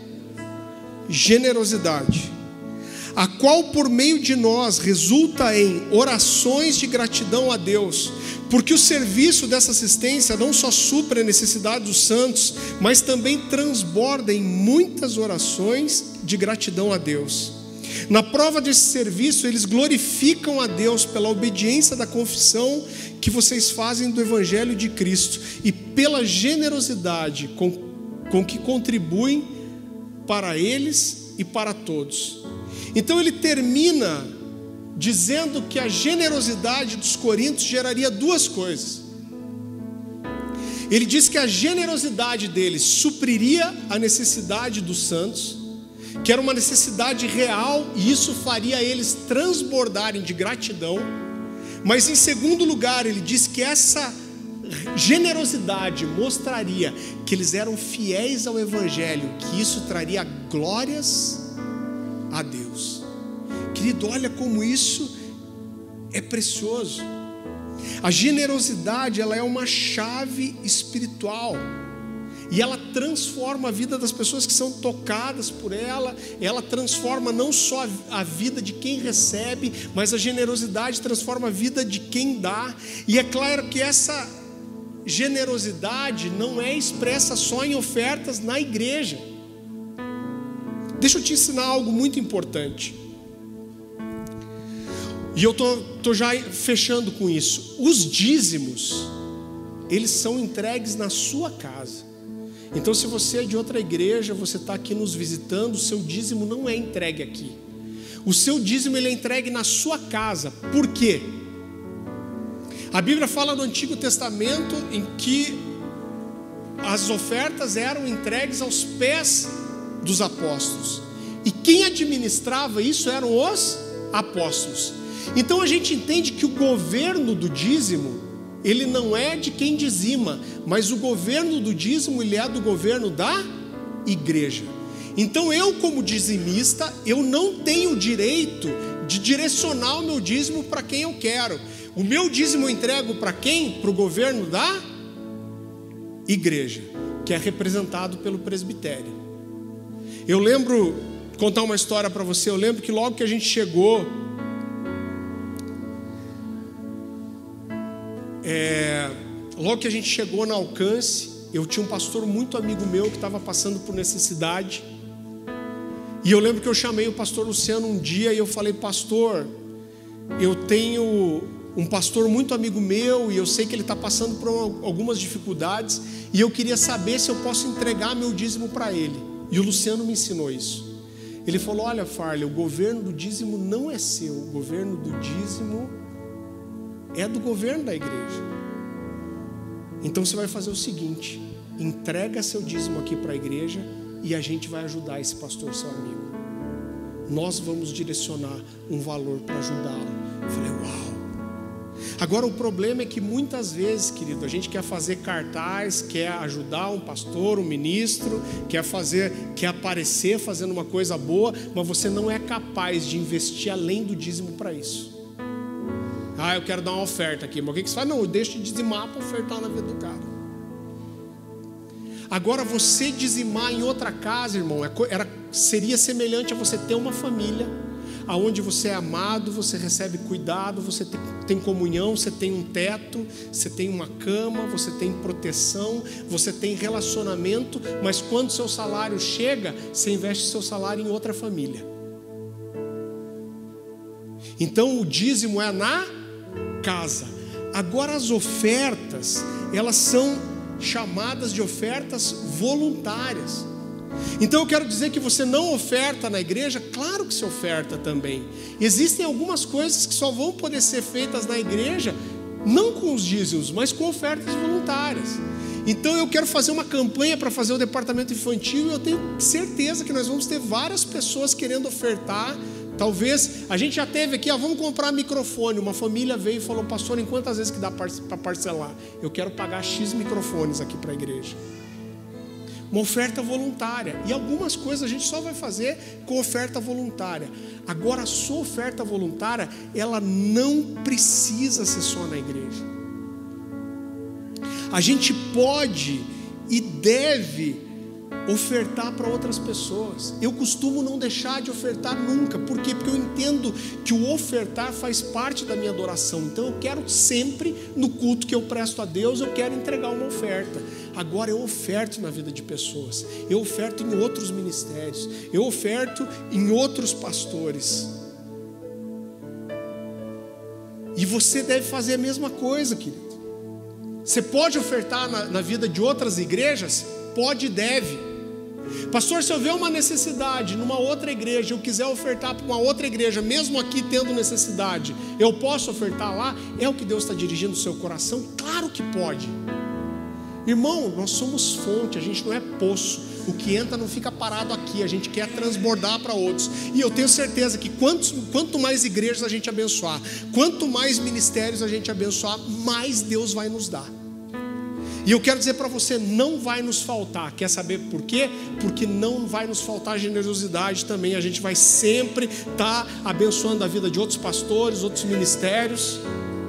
generosidade, a qual por meio de nós resulta em orações de gratidão a Deus, porque o serviço dessa assistência não só supre a necessidade dos santos, mas também transborda em muitas orações de gratidão a Deus. Na prova desse serviço, eles glorificam a Deus pela obediência da confissão que vocês fazem do Evangelho de Cristo e pela generosidade com, com que contribuem para eles e para todos. Então ele termina dizendo que a generosidade dos coríntios geraria duas coisas. Ele diz que a generosidade deles supriria a necessidade dos santos, que era uma necessidade real, e isso faria eles transbordarem de gratidão. Mas em segundo lugar, ele diz que essa generosidade mostraria que eles eram fiéis ao Evangelho, que isso traria glórias a Deus. Querido, olha como isso é precioso. A generosidade, ela é uma chave espiritual, e ela transforma a vida das pessoas que são tocadas por ela. Ela transforma não só a vida de quem recebe, mas a generosidade transforma a vida de quem dá. E é claro que essa generosidade não é expressa só em ofertas na igreja. Deixa eu te ensinar algo muito importante, e eu tô, tô já fechando com isso. Os dízimos, eles são entregues na sua casa. Então, se você é de outra igreja, você está aqui nos visitando, o seu dízimo não é entregue aqui. O seu dízimo, ele é entregue na sua casa. Por quê? A Bíblia fala no Antigo Testamento em que as ofertas eram entregues aos pés dos apóstolos, e quem administrava isso eram os apóstolos. Então a gente entende que o governo do dízimo, ele não é de quem dizima, mas o governo do dízimo, ele é do governo da igreja. Então eu, como dizimista, eu não tenho o direito de direcionar o meu dízimo para quem eu quero. O meu dízimo eu entrego para quem? Para o governo da igreja, que é representado pelo presbitério. Eu lembro contar uma história para você. Eu lembro que logo que a gente chegou, é, logo que a gente chegou na Alcance, eu tinha um pastor muito amigo meu que estava passando por necessidade. E eu lembro que eu chamei o pastor Luciano um dia e eu falei: pastor, eu tenho um pastor muito amigo meu e eu sei que ele está passando por algumas dificuldades e eu queria saber se eu posso entregar meu dízimo para ele. E o Luciano me ensinou isso. Ele falou: olha, Farley, o governo do dízimo não é seu, o governo do dízimo é do governo da igreja. Então você vai fazer o seguinte: entrega seu dízimo aqui para a igreja e a gente vai ajudar esse pastor, seu amigo. Nós vamos direcionar um valor para ajudá-lo. Eu falei: uau. Agora o problema é que muitas vezes, querido, a gente quer fazer cartaz, quer ajudar um pastor, um ministro, quer fazer, quer aparecer fazendo uma coisa boa, mas você não é capaz de investir além do dízimo para isso. Ah, eu quero dar uma oferta aqui, mas o que você faz? Não, eu deixo de dizimar para ofertar na vida do cara. Agora você dizimar em outra casa, irmão, era, seria semelhante a você ter uma família aonde você é amado, você recebe cuidado, você tem, tem comunhão, você tem um teto, você tem uma cama, você tem proteção, você tem relacionamento, mas quando seu salário chega, você investe seu salário em outra família. Então o dízimo é na casa. Agora as ofertas, elas são chamadas de ofertas voluntárias. Então eu quero dizer que você não oferta na igreja, claro que se oferta também. Existem algumas coisas que só vão poder ser feitas na igreja, não com os dízimos, mas com ofertas voluntárias. Então eu quero fazer uma campanha para fazer o departamento infantil e eu tenho certeza que nós vamos ter várias pessoas querendo ofertar. Talvez, a gente já teve aqui, ó, vamos comprar microfone. Uma família veio e falou: pastor, em quantas vezes que dá para parcelar? Eu quero pagar X microfones aqui para a igreja. Uma oferta voluntária. E algumas coisas a gente só vai fazer com oferta voluntária. Agora a sua oferta voluntária, ela não precisa ser só na igreja. A gente pode e deve ofertar para outras pessoas. Eu costumo não deixar de ofertar nunca. Por quê? Porque eu entendo que o ofertar faz parte da minha adoração. Então eu quero sempre, no culto que eu presto a Deus, eu quero entregar uma oferta. Agora eu oferto na vida de pessoas, eu oferto em outros ministérios, eu oferto em outros pastores. E você deve fazer a mesma coisa, querido. Você pode ofertar na, na vida de outras igrejas? Pode e deve. Pastor, se eu ver uma necessidade numa outra igreja, eu quiser ofertar para uma outra igreja, mesmo aqui tendo necessidade, eu posso ofertar lá? É o que Deus está dirigindo o seu coração? Claro que pode. Irmão, nós somos fonte, a gente não é poço. O que entra não fica parado aqui, a gente quer transbordar para outros. E eu tenho certeza que quanto, quanto mais igrejas a gente abençoar, quanto mais ministérios a gente abençoar, mais Deus vai nos dar. E eu quero dizer para você, não vai nos faltar. Quer saber por quê? Porque não vai nos faltar generosidade também. A gente vai sempre estar abençoando a vida de outros pastores, outros ministérios.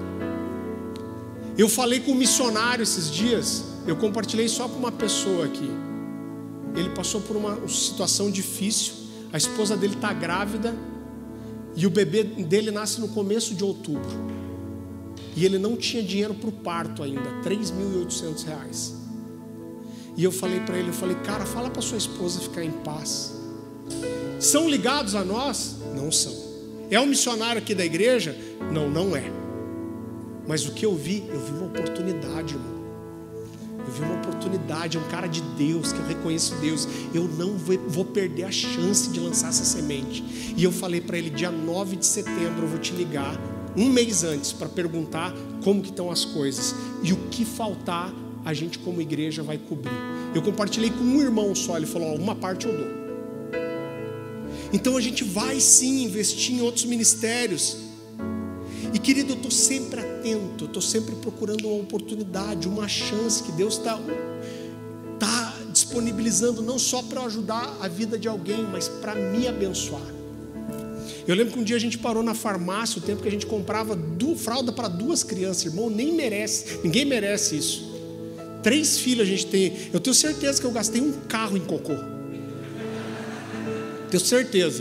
Eu falei com um missionário esses dias. Eu compartilhei só com uma pessoa aqui. Ele passou por uma situação difícil. A esposa dele está grávida e o bebê dele nasce no começo de outubro. E ele não tinha dinheiro para o parto ainda, três mil e oitocentos reais. E eu falei para ele, eu falei: cara, fala para sua esposa ficar em paz. São ligados a nós? Não são. É um missionário aqui da igreja? Não, não é. Mas o que eu vi, eu vi uma oportunidade, irmão. Eu vi uma oportunidade, é um cara de Deus, que eu reconheço Deus. Eu não vou perder a chance de lançar essa semente. E eu falei para ele, dia nove de setembro eu vou te ligar, um mês antes, para perguntar como que estão as coisas. E o que faltar, a gente como igreja vai cobrir. Eu compartilhei com um irmão só, ele falou: ó, uma parte eu dou. Então a gente vai sim investir em outros ministérios. E querido, eu estou sempre atento, eu estou sempre procurando uma oportunidade, uma chance que Deus está tá disponibilizando, não só para ajudar a vida de alguém, mas para me abençoar. Eu lembro que um dia a gente parou na farmácia, o tempo que a gente comprava du- fralda para duas crianças, irmão, nem merece, ninguém merece isso. Três filhos a gente tem, eu tenho certeza que eu gastei um carro em cocô. Tenho certeza.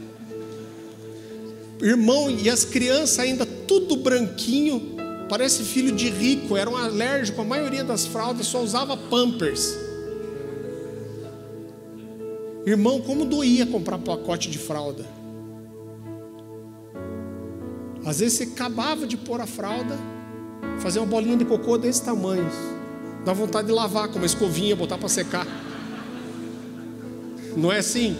Irmão, e as crianças ainda tudo branquinho, parece filho de rico, eram alérgicos, a maioria das fraldas só usava Pampers. Irmão, como doía comprar pacote de fralda. Às vezes você acabava de pôr a fralda, fazer uma bolinha de cocô desse tamanho, dá vontade de lavar com uma escovinha, botar para secar. Não é assim?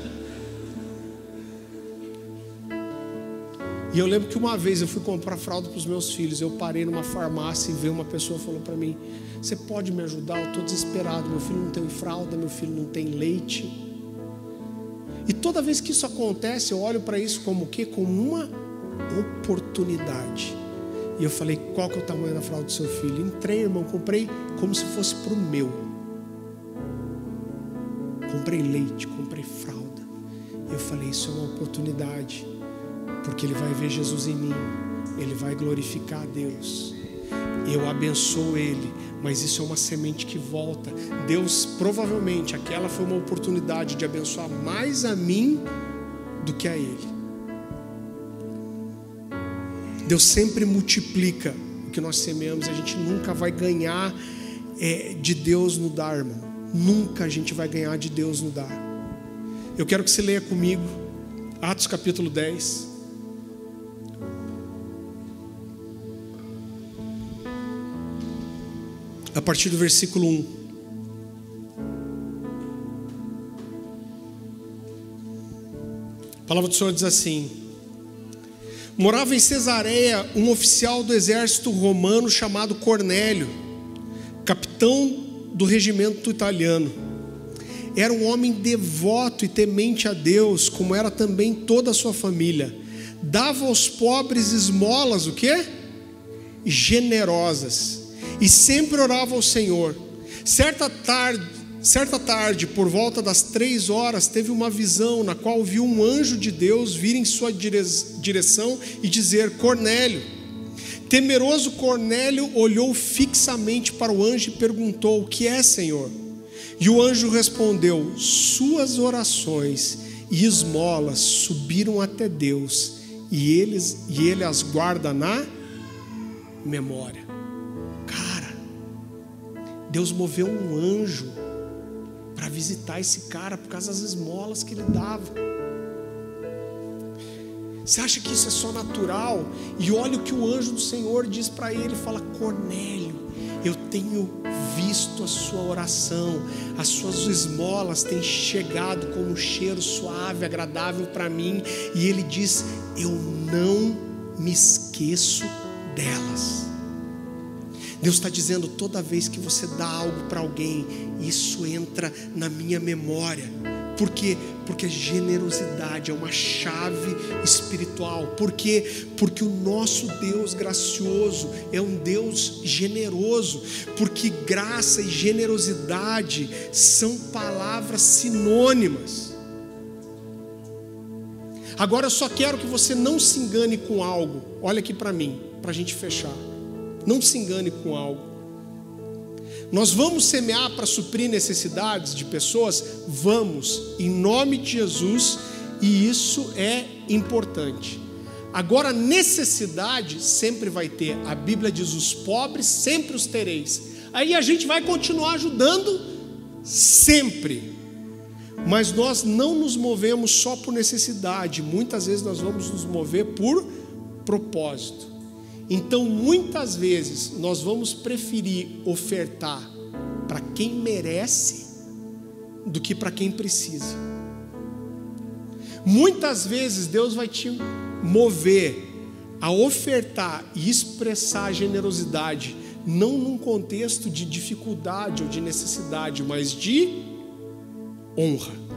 E eu lembro que uma vez eu fui comprar fralda para os meus filhos. Eu parei numa farmácia e veio uma pessoa e falou para mim: você pode me ajudar? Eu estou desesperado, meu filho não tem fralda, meu filho não tem leite. E toda vez que isso acontece, eu olho para isso como o quê? Como uma oportunidade. E eu falei: qual que é o tamanho da fralda do seu filho? Entrei, irmão, comprei como se fosse para o meu. Comprei leite, comprei fralda. E eu falei: isso é uma oportunidade, porque ele vai ver Jesus em mim, ele vai glorificar a Deus, eu abençoo ele, mas isso é uma semente que volta. Deus, provavelmente, aquela foi uma oportunidade de abençoar mais a mim do que a ele. Deus sempre multiplica o que nós semeamos. A gente nunca vai ganhar é, de Deus no dar, irmão. Nunca a gente vai ganhar de Deus no dar. Eu quero que você leia comigo Atos capítulo dez. A partir do versículo um. A palavra do Senhor diz assim: morava em Cesareia um oficial do exército romano chamado Cornélio, capitão do regimento italiano. Era um homem devoto e temente a Deus, como era também toda a sua família. Dava aos pobres esmolas, o quê? Generosas. E sempre orava ao Senhor. Certa tarde, certa tarde, por volta das três horas, teve uma visão na qual viu um anjo de Deus vir em sua direção e dizer: Cornélio. Temeroso, Cornélio olhou fixamente para o anjo e perguntou: o que é, Senhor? E o anjo respondeu: suas orações e esmolas subiram até Deus, e, eles, e ele as guarda na memória. Deus moveu um anjo para visitar esse cara por causa das esmolas que ele dava. Você acha que isso é só natural? E olha o que o anjo do Senhor diz para ele, fala: Cornélio, eu tenho visto a sua oração, as suas esmolas têm chegado como um cheiro suave, agradável para mim. E ele diz: eu não me esqueço delas. Deus está dizendo: toda vez que você dá algo para alguém, isso entra na minha memória. Por quê? Porque generosidade é uma chave espiritual. Por quê? Porque o nosso Deus gracioso é um Deus generoso. Porque graça e generosidade são palavras sinônimas. Agora eu só quero que você não se engane com algo. Olha aqui para mim, para a gente fechar. Não se engane com algo. Nós vamos semear para suprir necessidades de pessoas? Vamos, em nome de Jesus, e isso é importante. Agora, necessidade sempre vai ter. A Bíblia diz: os pobres sempre os tereis. Aí a gente vai continuar ajudando sempre. Mas nós não nos movemos só por necessidade. Muitas vezes nós vamos nos mover por propósito. Então, muitas vezes, nós vamos preferir ofertar para quem merece do que para quem precisa. Muitas vezes, Deus vai te mover a ofertar e expressar generosidade, não num contexto de dificuldade ou de necessidade, mas de honra.